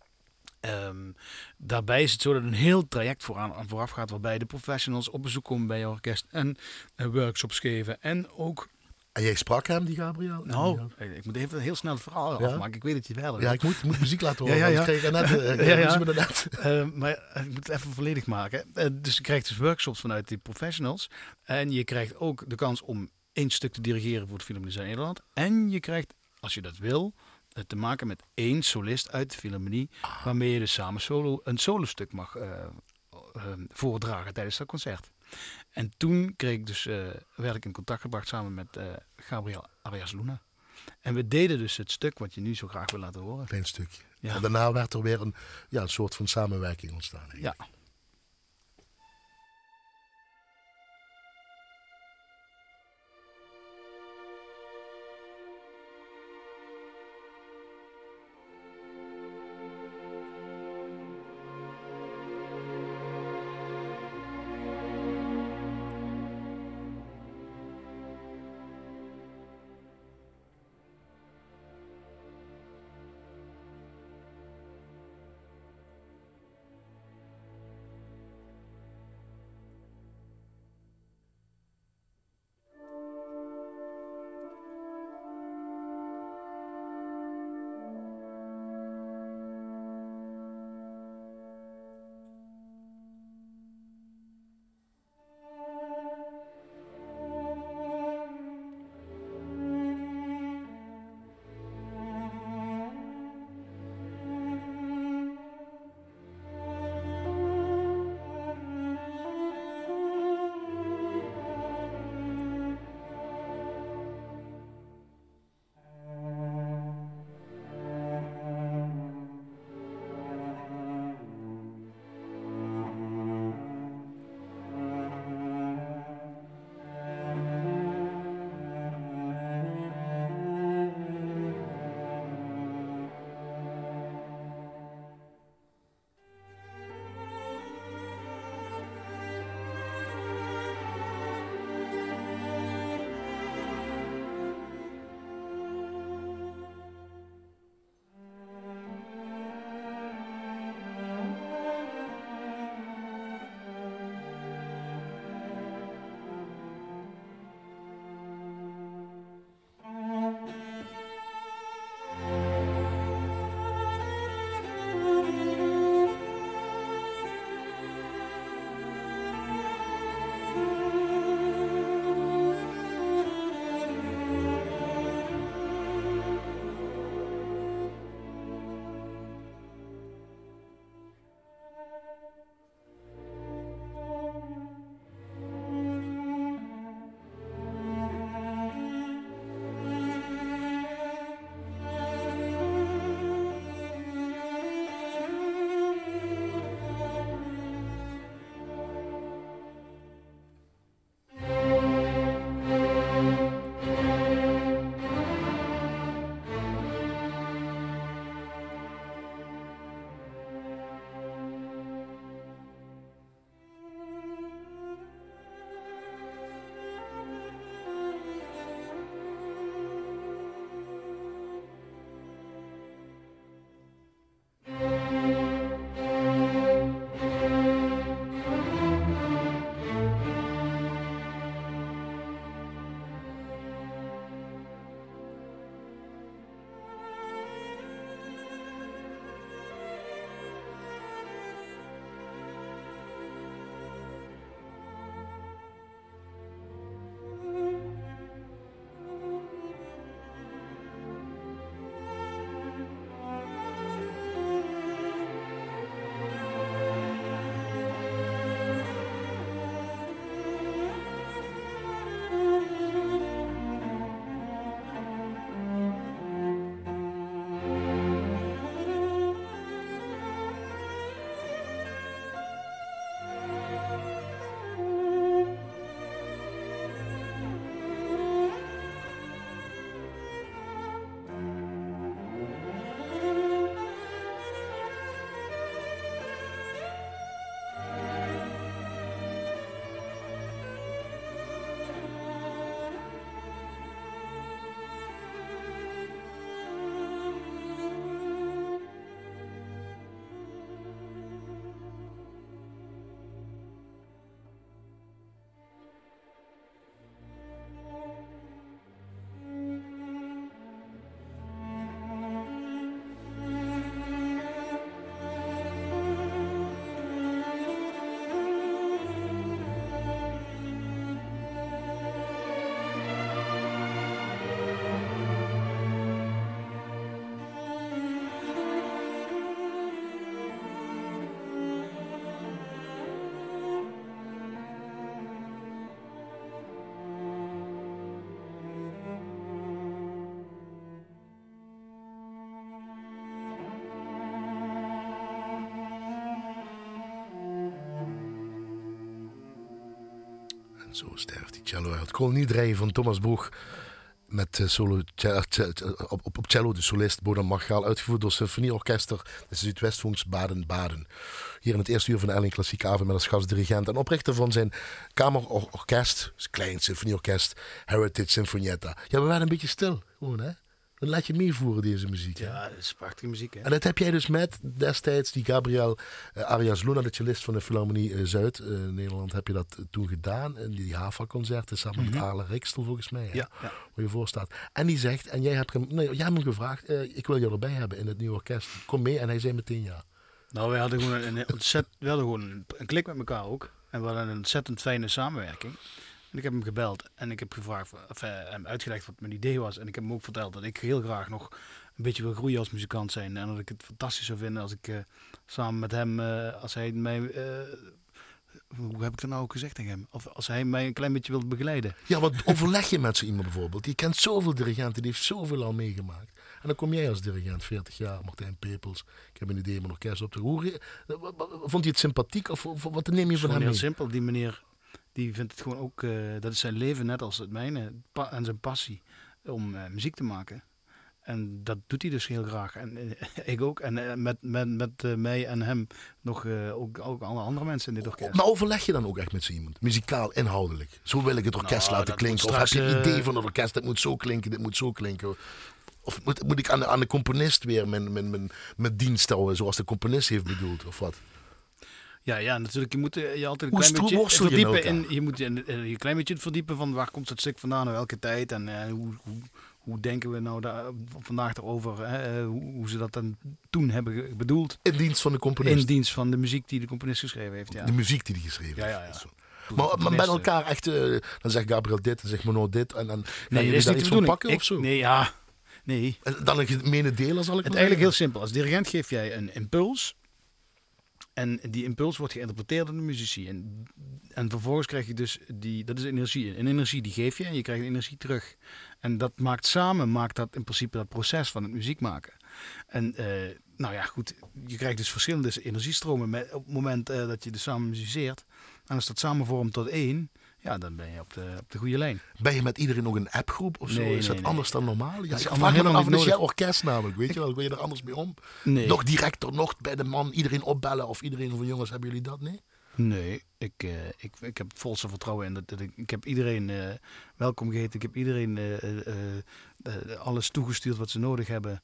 Daarbij is het zo dat een heel traject vooraf gaat, waarbij de professionals op bezoek komen bij je orkest en workshops geven. En ook... En jij sprak hem, die Gabriel? Nou, ik moet even heel snel het verhaal afmaken. Ik weet dat je wel... Ja, ik moet muziek laten horen. Ja. Kreeg ik net, maar ik moet het even volledig maken. Dus je krijgt dus workshops vanuit die professionals. En je krijgt ook de kans om 1 stuk te dirigeren voor het Philharmonie Zuid-Nederland. En je krijgt, als je dat wil, te maken met 1 solist uit de Philharmonie. Waarmee je dus samen een solostuk mag voordragen tijdens dat concert. En toen werd ik in contact gebracht samen met Gabriel Arias Luna. En we deden dus het stuk wat je nu zo graag wil laten horen. Klein stukje. Ja. En daarna werd er weer een soort van samenwerking ontstaan. Ja. En zo sterft die cello uit. Koloniedrijven van Thomas Boeg. Met solo op cello, de solist Bodan Margaal, uitgevoerd door Symfonieorkester de Zuidwestfunks Baden-Baden. Hier in het eerste uur van de Elling Klassieke Avond met als gastdirigent en oprichter van zijn kamerorkest, klein symfonieorkest, Heritage Sinfonietta. Ja, we waren een beetje stil, gewoon hè. Dan laat je meevoeren deze muziek. Ja, dat is prachtige muziek. Hè? En dat heb jij dus met destijds die Gabriel Arias Luna, de cellist van de Philharmonie Zuid Nederland, heb je dat toen gedaan. In die HAVA-concerten samen met Arle Rikstel volgens mij. Ja. Waar je voor staat. En die zegt, en jij hebt hem gevraagd, ik wil je erbij hebben in het nieuwe orkest. Kom mee. En hij zei meteen ja. Nou, we hadden gewoon een klik met elkaar ook. En we hadden een ontzettend fijne samenwerking. En ik heb hem gebeld en ik heb gevraagd, hem uitgelegd wat mijn idee was. En ik heb hem ook verteld dat ik heel graag nog een beetje wil groeien als muzikant zijn. En dat ik het fantastisch zou vinden als ik samen met hem, als hij mij, hoe heb ik dat nou ook gezegd tegen hem? Of als hij mij een klein beetje wil begeleiden. Ja, wat overleg je met zo iemand bijvoorbeeld? Je kent zoveel dirigenten, die heeft zoveel al meegemaakt. En dan kom jij als dirigent, 40 jaar, Martijn Pepels. Ik heb een idee om een orkest op te roeren. Vond je het sympathiek of wat neem je van hem mee? Heel simpel, die meneer... Die vindt het gewoon ook, dat is zijn leven net als het mijne. En zijn passie om muziek te maken. En dat doet hij dus heel graag. En ik ook. En met mij en hem nog ook alle andere mensen in dit orkest. Maar overleg je dan ook echt met zo iemand? Muzikaal, inhoudelijk? Zo wil ik het orkest laten klinken. Of heb je een idee van het orkest? Dat moet zo klinken, dit moet zo klinken. Of moet ik aan de componist weer mijn dienst houden zoals de componist heeft bedoeld? Of wat? Ja, natuurlijk. Je moet je altijd een klein beetje verdiepen. Je moet je een klein beetje verdiepen van waar komt dat stuk vandaan, welke tijd en hoe denken we nou vandaag erover, hoe ze dat dan toen hebben bedoeld. In dienst van de componist. In dienst van de muziek die de componist geschreven heeft, ja. De muziek die hij geschreven heeft. Ja. Maar met elkaar echt, dan zegt Gabriel dit, dan zegt Monod dit. En dan nee, je dat is daar niet iets de van bedoeling. pakken of zo? Nee. En dan een gemene deel, zal ik het eigenlijk heel simpel. Als dirigent geef jij een impuls. En die impuls wordt geïnterpreteerd door de muzici. En vervolgens krijg je dus dat is energie. Een energie die geef je en je krijgt energie terug. En dat maakt dat in principe dat proces van het muziek maken. En nou ja, goed. Je krijgt dus verschillende energiestromen op het moment dat je dus samen muziceert. En als dat samen vormt tot één, ja, dan ben je op de goede lijn. Ben je met iedereen ook een appgroep of zo? Nee, is dat anders dan normaal? Ja, dat is ik allemaal vraag me helemaal af, niet het is jouw nodig. orkest namelijk, weet je wel? Wil je er anders mee om? Nee. Nog directer, nog bij de man, iedereen opbellen of iedereen van jongens, hebben jullie dat? Nee? Nee, ik heb het volste vertrouwen in. Ik heb iedereen welkom geheten. Ik heb iedereen alles toegestuurd wat ze nodig hebben.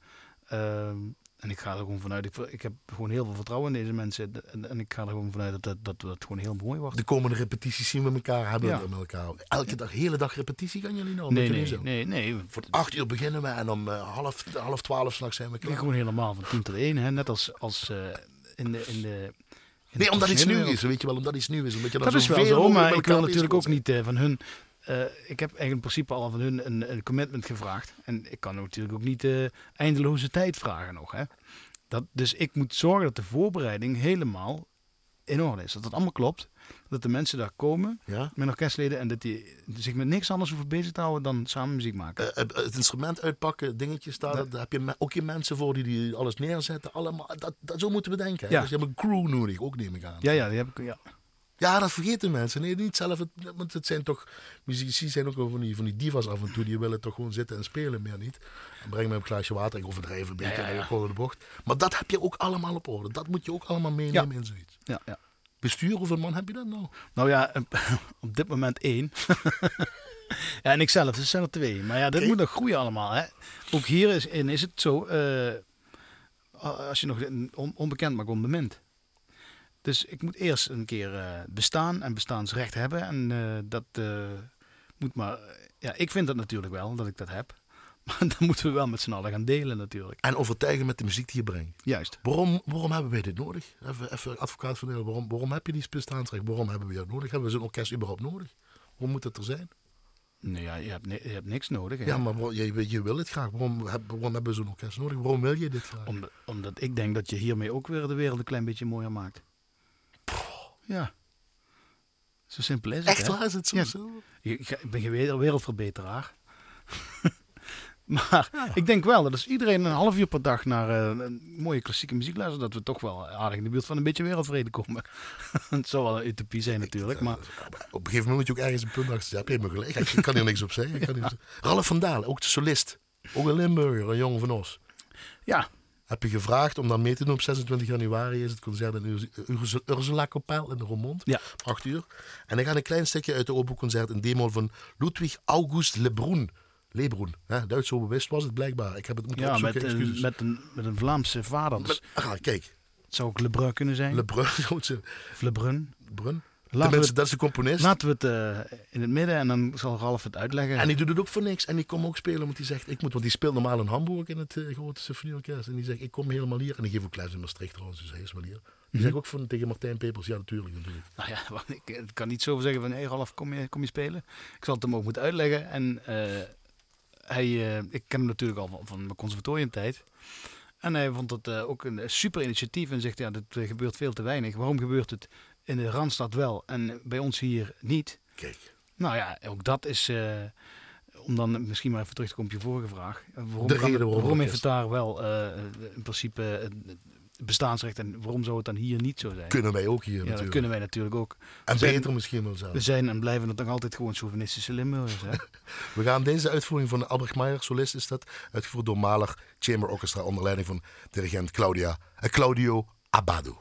En ik ga er gewoon vanuit. Ik heb gewoon heel veel vertrouwen in deze mensen. En ik ga er gewoon vanuit dat het gewoon heel mooi wordt. De komende repetities zien we elkaar, hebben we met elkaar. Elke dag, hele dag repetitie gaan jullie nou? Nee. Voor 8 uur beginnen we en om half 12 s'nachts zijn we klaar. Gewoon helemaal van 10 tot 1. Hè? Net als in de nee, omdat iets nieuw is, weet je wel. Omdat iets nieuw is. Omdat je dan dat is wel zo, maar ik wil natuurlijk ook niet... niet van hun... ik heb eigenlijk in principe al van hun een commitment gevraagd. En ik kan natuurlijk ook niet eindeloze tijd vragen nog. Hè? Dus ik moet zorgen dat de voorbereiding helemaal in orde is. Dat het allemaal klopt. Dat de mensen daar komen, mijn orkestleden, en dat die zich met niks anders hoeven bezig te houden dan samen muziek maken. Het instrument uitpakken, dingetjes daar, daar heb je ook je mensen voor die alles neerzetten. Allemaal, zo moeten we denken. Ja. Dus je hebt een crew nodig, ook neem ik aan. Ja, die heb ik, ja. Ja, dat vergeten mensen. Nee, niet zelf. Want het zijn toch... Muzici zijn ook wel van die divas af en toe. Die willen toch gewoon zitten en spelen, meer niet. En breng me een glaasje water. Ik overdrijf een beetje. En ik hoor de bocht. Maar dat heb je ook allemaal op orde. Dat moet je ook allemaal meenemen in zoiets. Ja. Bestuur, hoeveel man heb je dat nou? Nou ja, op dit moment 1. Ja, en ikzelf, dus zijn er 2. Maar ja, dit moet nog groeien allemaal. Hè. Ook hier is het zo... als je nog onbekend maakt, onbemind. Dus ik moet eerst een keer bestaan en bestaansrecht hebben. En dat moet maar... Ja, ik vind dat natuurlijk wel, dat ik dat heb. Maar dan moeten we wel met z'n allen gaan delen natuurlijk. En overtuigen met de muziek die je brengt. Juist. Waarom hebben wij dit nodig? Even advocaat van Nederland. Waarom heb je die bestaansrecht? Waarom hebben we dat nodig? Hebben we zo'n orkest überhaupt nodig? Waarom moet het er zijn? Nee, ja, je hebt niks nodig. Hè? Ja, maar je wil het graag. Waarom hebben we zo'n orkest nodig? Waarom wil je dit graag? Omdat ik denk dat je hiermee ook weer de wereld een klein beetje mooier maakt. Ja. Zo simpel is het. Echt waar is het zo? Ja. Ik ben geen wereldverbeteraar. Maar ik denk wel dat als iedereen een half uur per dag naar een mooie klassieke muziek luistert, dat we toch wel aardig in de buurt van een beetje wereldvrede komen. Het zou wel een utopie zijn natuurlijk, maar... Op een gegeven moment moet je ook ergens een punt achter zetten. Heb je me gelijk? Ik kan hier niks op zeggen. Ralf van Dalen, ook de solist. Ook een Limburger, een jongen van ons. Ja. Heb je gevraagd om dan mee te doen op 26 januari is het concert in Ursula-kapel in de Roermond. Ja. 8 uur. En dan gaat een klein stukje uit de oboe-concert in D-moll van Ludwig August Lebrun. Lebrun, hè? Duits zo bewust was het blijkbaar. Ik heb het moeten opzoeken, met een Vlaamse vader. Dus kijk. het zou ook Lebrun kunnen zijn. Lebrun. Of Lebrun. Tenminste, dat is de componist. Laten we het in het midden en dan zal Ralf het uitleggen. En die doet het ook voor niks. En die komt ook spelen, want die zegt, want die speelt normaal in Hamburg in het grote symfonieorkest. En die zegt, ik kom helemaal hier. En die geeft ook les in Maastricht trouwens, dus hij is wel hier. Die zegt ook tegen Martijn Pepers, ja natuurlijk. Nou ja, ik kan niet zo zeggen van, hé Ralf, kom je spelen? Ik zal het hem ook moeten uitleggen. En ik ken hem natuurlijk al van mijn conservatoriumtijd. En hij vond het ook een super initiatief en zegt, ja, dit gebeurt veel te weinig. Waarom gebeurt het in de Randstad wel en bij ons hier niet? Kijk. Nou ja, ook dat is, om dan misschien maar even terug te komen op je vorige vraag. Waarom heeft het daar wel in principe bestaansrecht en waarom zou het dan hier niet zo zijn? Kunnen wij ook hier natuurlijk. Dat kunnen wij natuurlijk ook. En beter misschien wel zo. We zijn en blijven het nog altijd gewoon chauvinistische Limburgers. Hè? We gaan deze uitvoering van de Albrecht Meijer, solist is dat, uitgevoerd door Mahler Chamber Orchestra onder leiding van dirigent Claudio Abbado.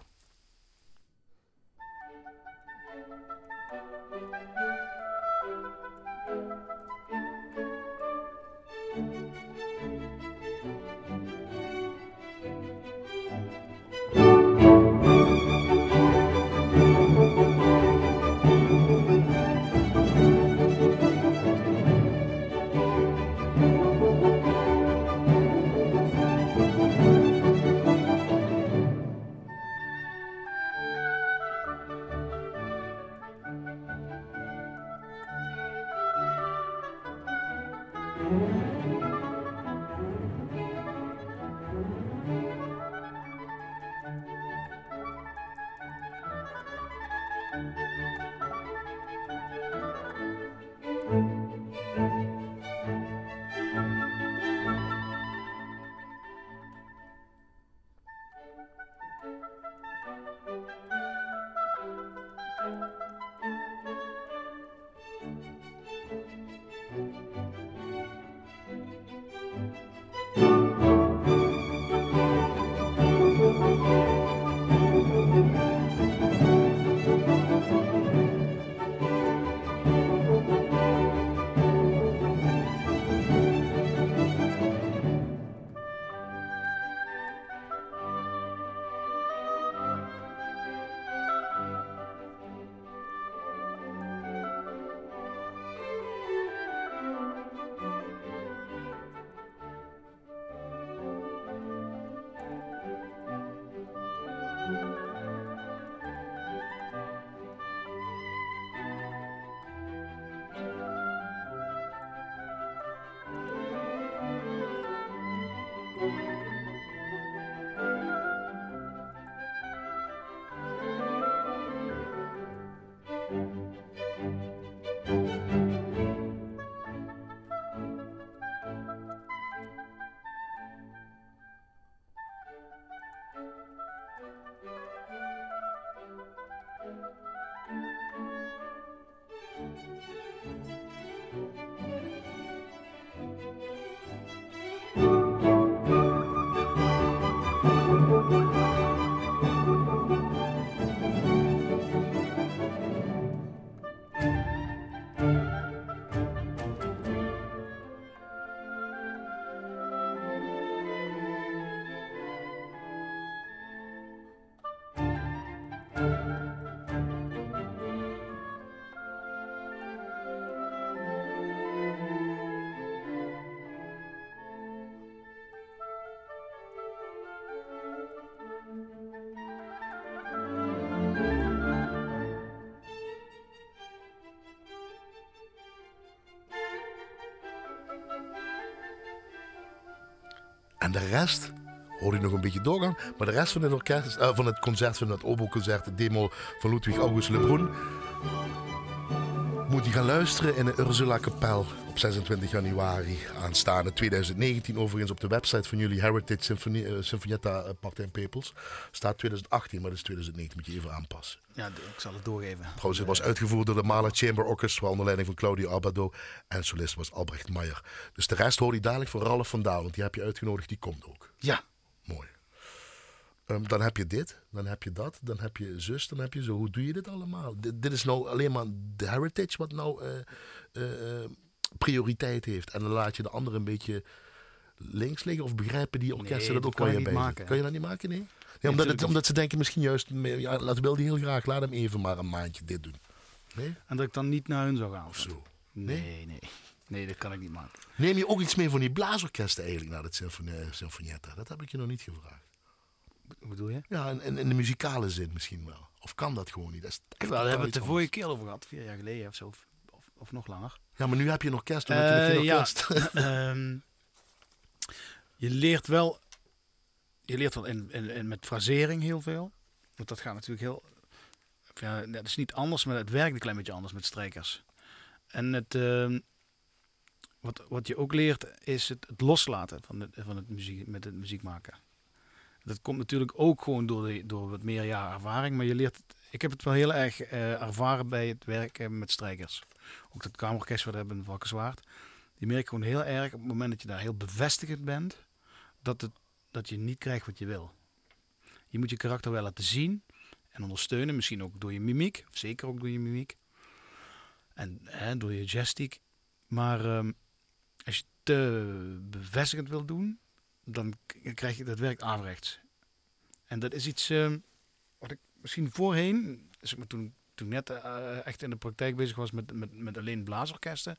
En de rest hoor je nog een beetje doorgaan. Maar de rest van het orkest, van het concert, van het oboe-concert, de demo van Ludwig August Lebrun, moet je gaan luisteren in de Ursula-kapel op Op 26 januari aanstaande 2019 overigens op de website van jullie Heritage Sinfonietta Martijn Pepels. Staat 2018, maar dat is 2019, moet je even aanpassen. Ja, ik zal het doorgeven. Trouwens, het was uitgevoerd door de Mahler Chamber Orchestra onder leiding van Claudio Abbado. En solist was Albrecht Meijer. Dus de rest hoor je dadelijk van Ralf van Daal, want die heb je uitgenodigd, die komt ook. Ja. Mooi. Dan heb je dit, dan heb je dat, dan heb je zus, dan heb je zo. Hoe doe je dit allemaal? Dit is nou alleen maar de heritage wat nou prioriteit heeft. En dan laat je de anderen een beetje links liggen of begrijpen die orkesten dat ook wel je bij maken. Kan je dat niet maken? Nee? Omdat ze denken misschien juist, ja, wil die heel graag, laat hem even maar een maandje dit doen. Nee? En dat ik dan niet naar hun zou gaan. Of zo. Nee, dat kan ik niet maken. Neem je ook iets mee van die blaasorkesten eigenlijk naar het Sinfonietta? Dat heb ik je nog niet gevraagd. Wat bedoel je? Ja, in de muzikale zin misschien wel. Of kan dat gewoon niet? Dat is echt daar hebben we het de vorige keer over gehad, 4 jaar geleden of zo. Of nog langer. Ja, maar nu heb je een orkest, omdat je nog geen orkest. Je leert wel met frasering heel veel. Want dat gaat natuurlijk heel... Ja, dat is niet anders, maar het werkt een klein beetje anders met strijkers. En wat je ook leert is het loslaten van het muziek, met het muziek maken. Dat komt natuurlijk ook gewoon door wat meer jaar ervaring. Maar je leert ik heb het wel heel erg ervaren bij het werken met strijkers. Ook dat kamerorkest wat we hebben in Valkenswaard. Die merk gewoon heel erg op het moment dat je daar heel bevestigend bent. Dat je niet krijgt wat je wil. Je moet je karakter wel laten zien en ondersteunen. Misschien ook door je mimiek. Of zeker ook door je mimiek. En door je gestiek. Maar als je te bevestigend wil doen, dan krijg je dat werkt averechts. En dat is iets wat ik misschien voorheen, dus toen ik net echt in de praktijk bezig was met alleen blaasorkesten.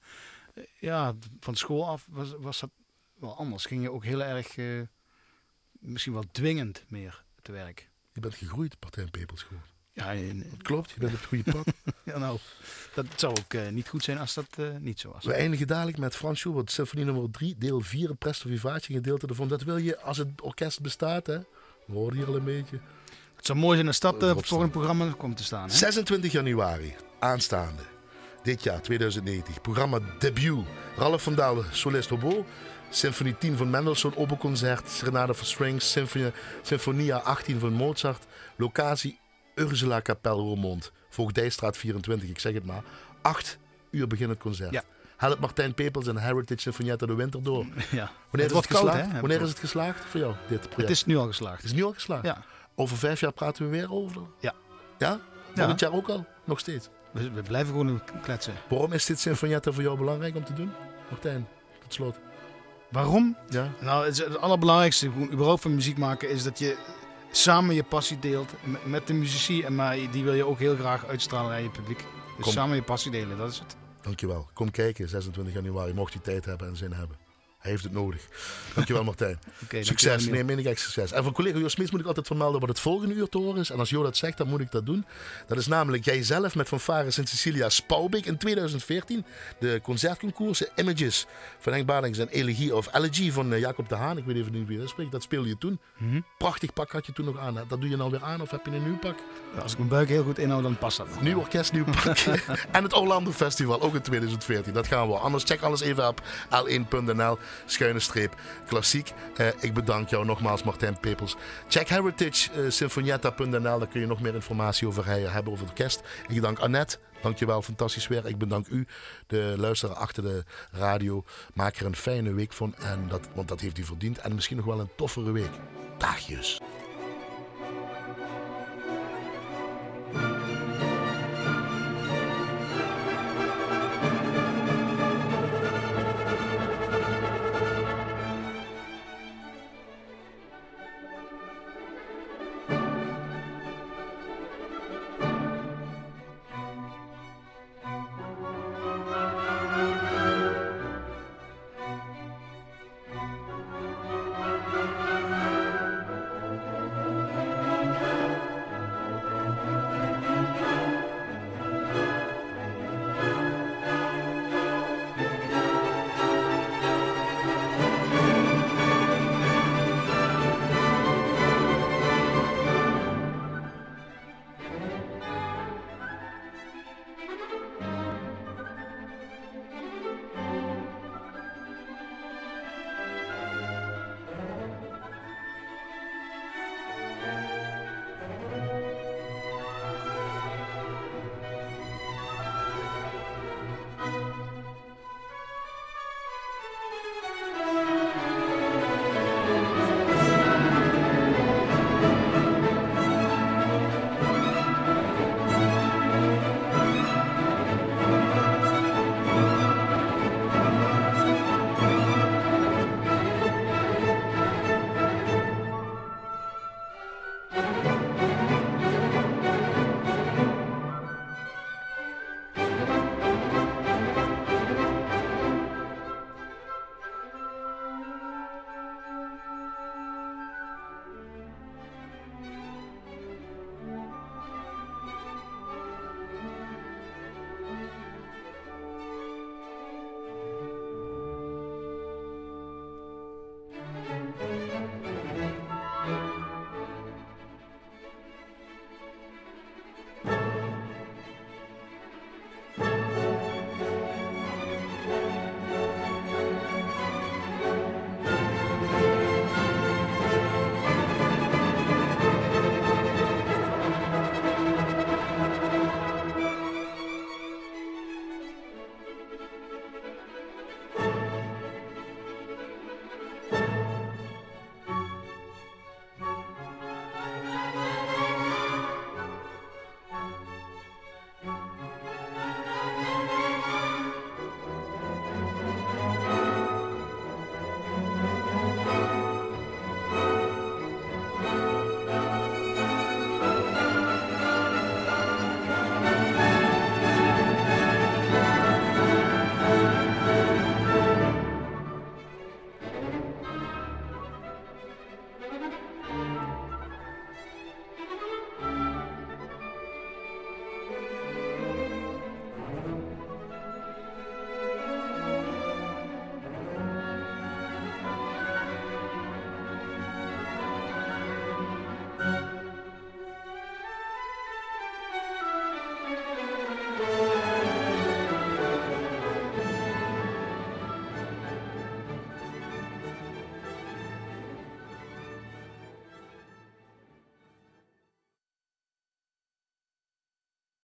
Van school af was dat wel anders. Ging je ook heel erg, misschien wel dwingend meer te werk. Je bent gegroeid, Martijn Pepels gewoon. Ja, dat klopt, je bent op het goede pad. Ja, nou, dat zou ook niet goed zijn als dat niet zo was. We eindigen dadelijk met Frans Schubert, symfonie nummer 3, deel 4, Presto Vivace, gedeelte ervan. Dat wil je, als het orkest bestaat, hè. We horen hier al een beetje. Het zou mooi zijn als dat voor een programma komt te staan. Hè? 26 januari, aanstaande. Dit jaar, 2090. Programma debuut. Ralf van Daal, solist hobo. Symfonie 10 van Mendelssohn, oboeconcert. Serenade voor strings. Sinfonia 18 van Mozart. Locatie Ursula Kapel Roermond. Voogdijstraat 24, ik zeg het maar. 8 uur begint het concert. Ja. Helpt Martijn Pepels en Heritage Sinfonietta de winter door. Ja. Wanneer is het geslaagd? Koud, hè? Wanneer is het geslaagd voor jou, dit project? Het is nu al geslaagd. Het is nu al geslaagd? Ja. Over 5 jaar praten we weer over? Ja. Ja? Volgend jaar ook al? Nog steeds? We blijven gewoon kletsen. Waarom is dit Sinfonietta voor jou belangrijk om te doen? Martijn, tot slot. Waarom? Ja. Nou, het allerbelangrijkste überhaupt van muziek maken is dat je samen je passie deelt met de muzici. Maar die wil je ook heel graag uitstralen naar je publiek. Dus samen je passie delen, dat is het. Dankjewel. Kom kijken, 26 januari, mocht je tijd hebben en zin hebben. Hij heeft het nodig. Dankjewel Martijn. Succes. Nee, meen ik echt succes. En van collega Jo Smeets moet ik altijd vermelden wat het volgende uur te horen is. En als Jo dat zegt, dan moet ik dat doen. Dat is namelijk jijzelf met fanfare Sint-Cecilia Spouwbeek in 2014. De concertconcours Images van Henk Badings en Elegie van Jacob de Haan. Ik weet even niet wie dat spreekt. Dat speelde je toen. Prachtig pak had je toen nog aan. Dat doe je nou weer aan of heb je een nieuw pak? Als ik mijn buik heel goed inhoud, dan past dat nog. Nieuw orkest, nieuw pak. En het Orlando Festival, ook in 2014. Dat gaan we. Anders check alles even op l1.nl. /klassiek. Ik bedank jou nogmaals, Martijn Pepels. Check Heritage Sinfonietta.nl. Daar kun je nog meer informatie over hebben over het orkest. Ik dank Annette. Dankjewel, fantastisch werk. Ik bedank u, de luisteraar achter de radio. Maak er een fijne week van. Want dat heeft u verdiend. En misschien nog wel een toffere week. Dagjes.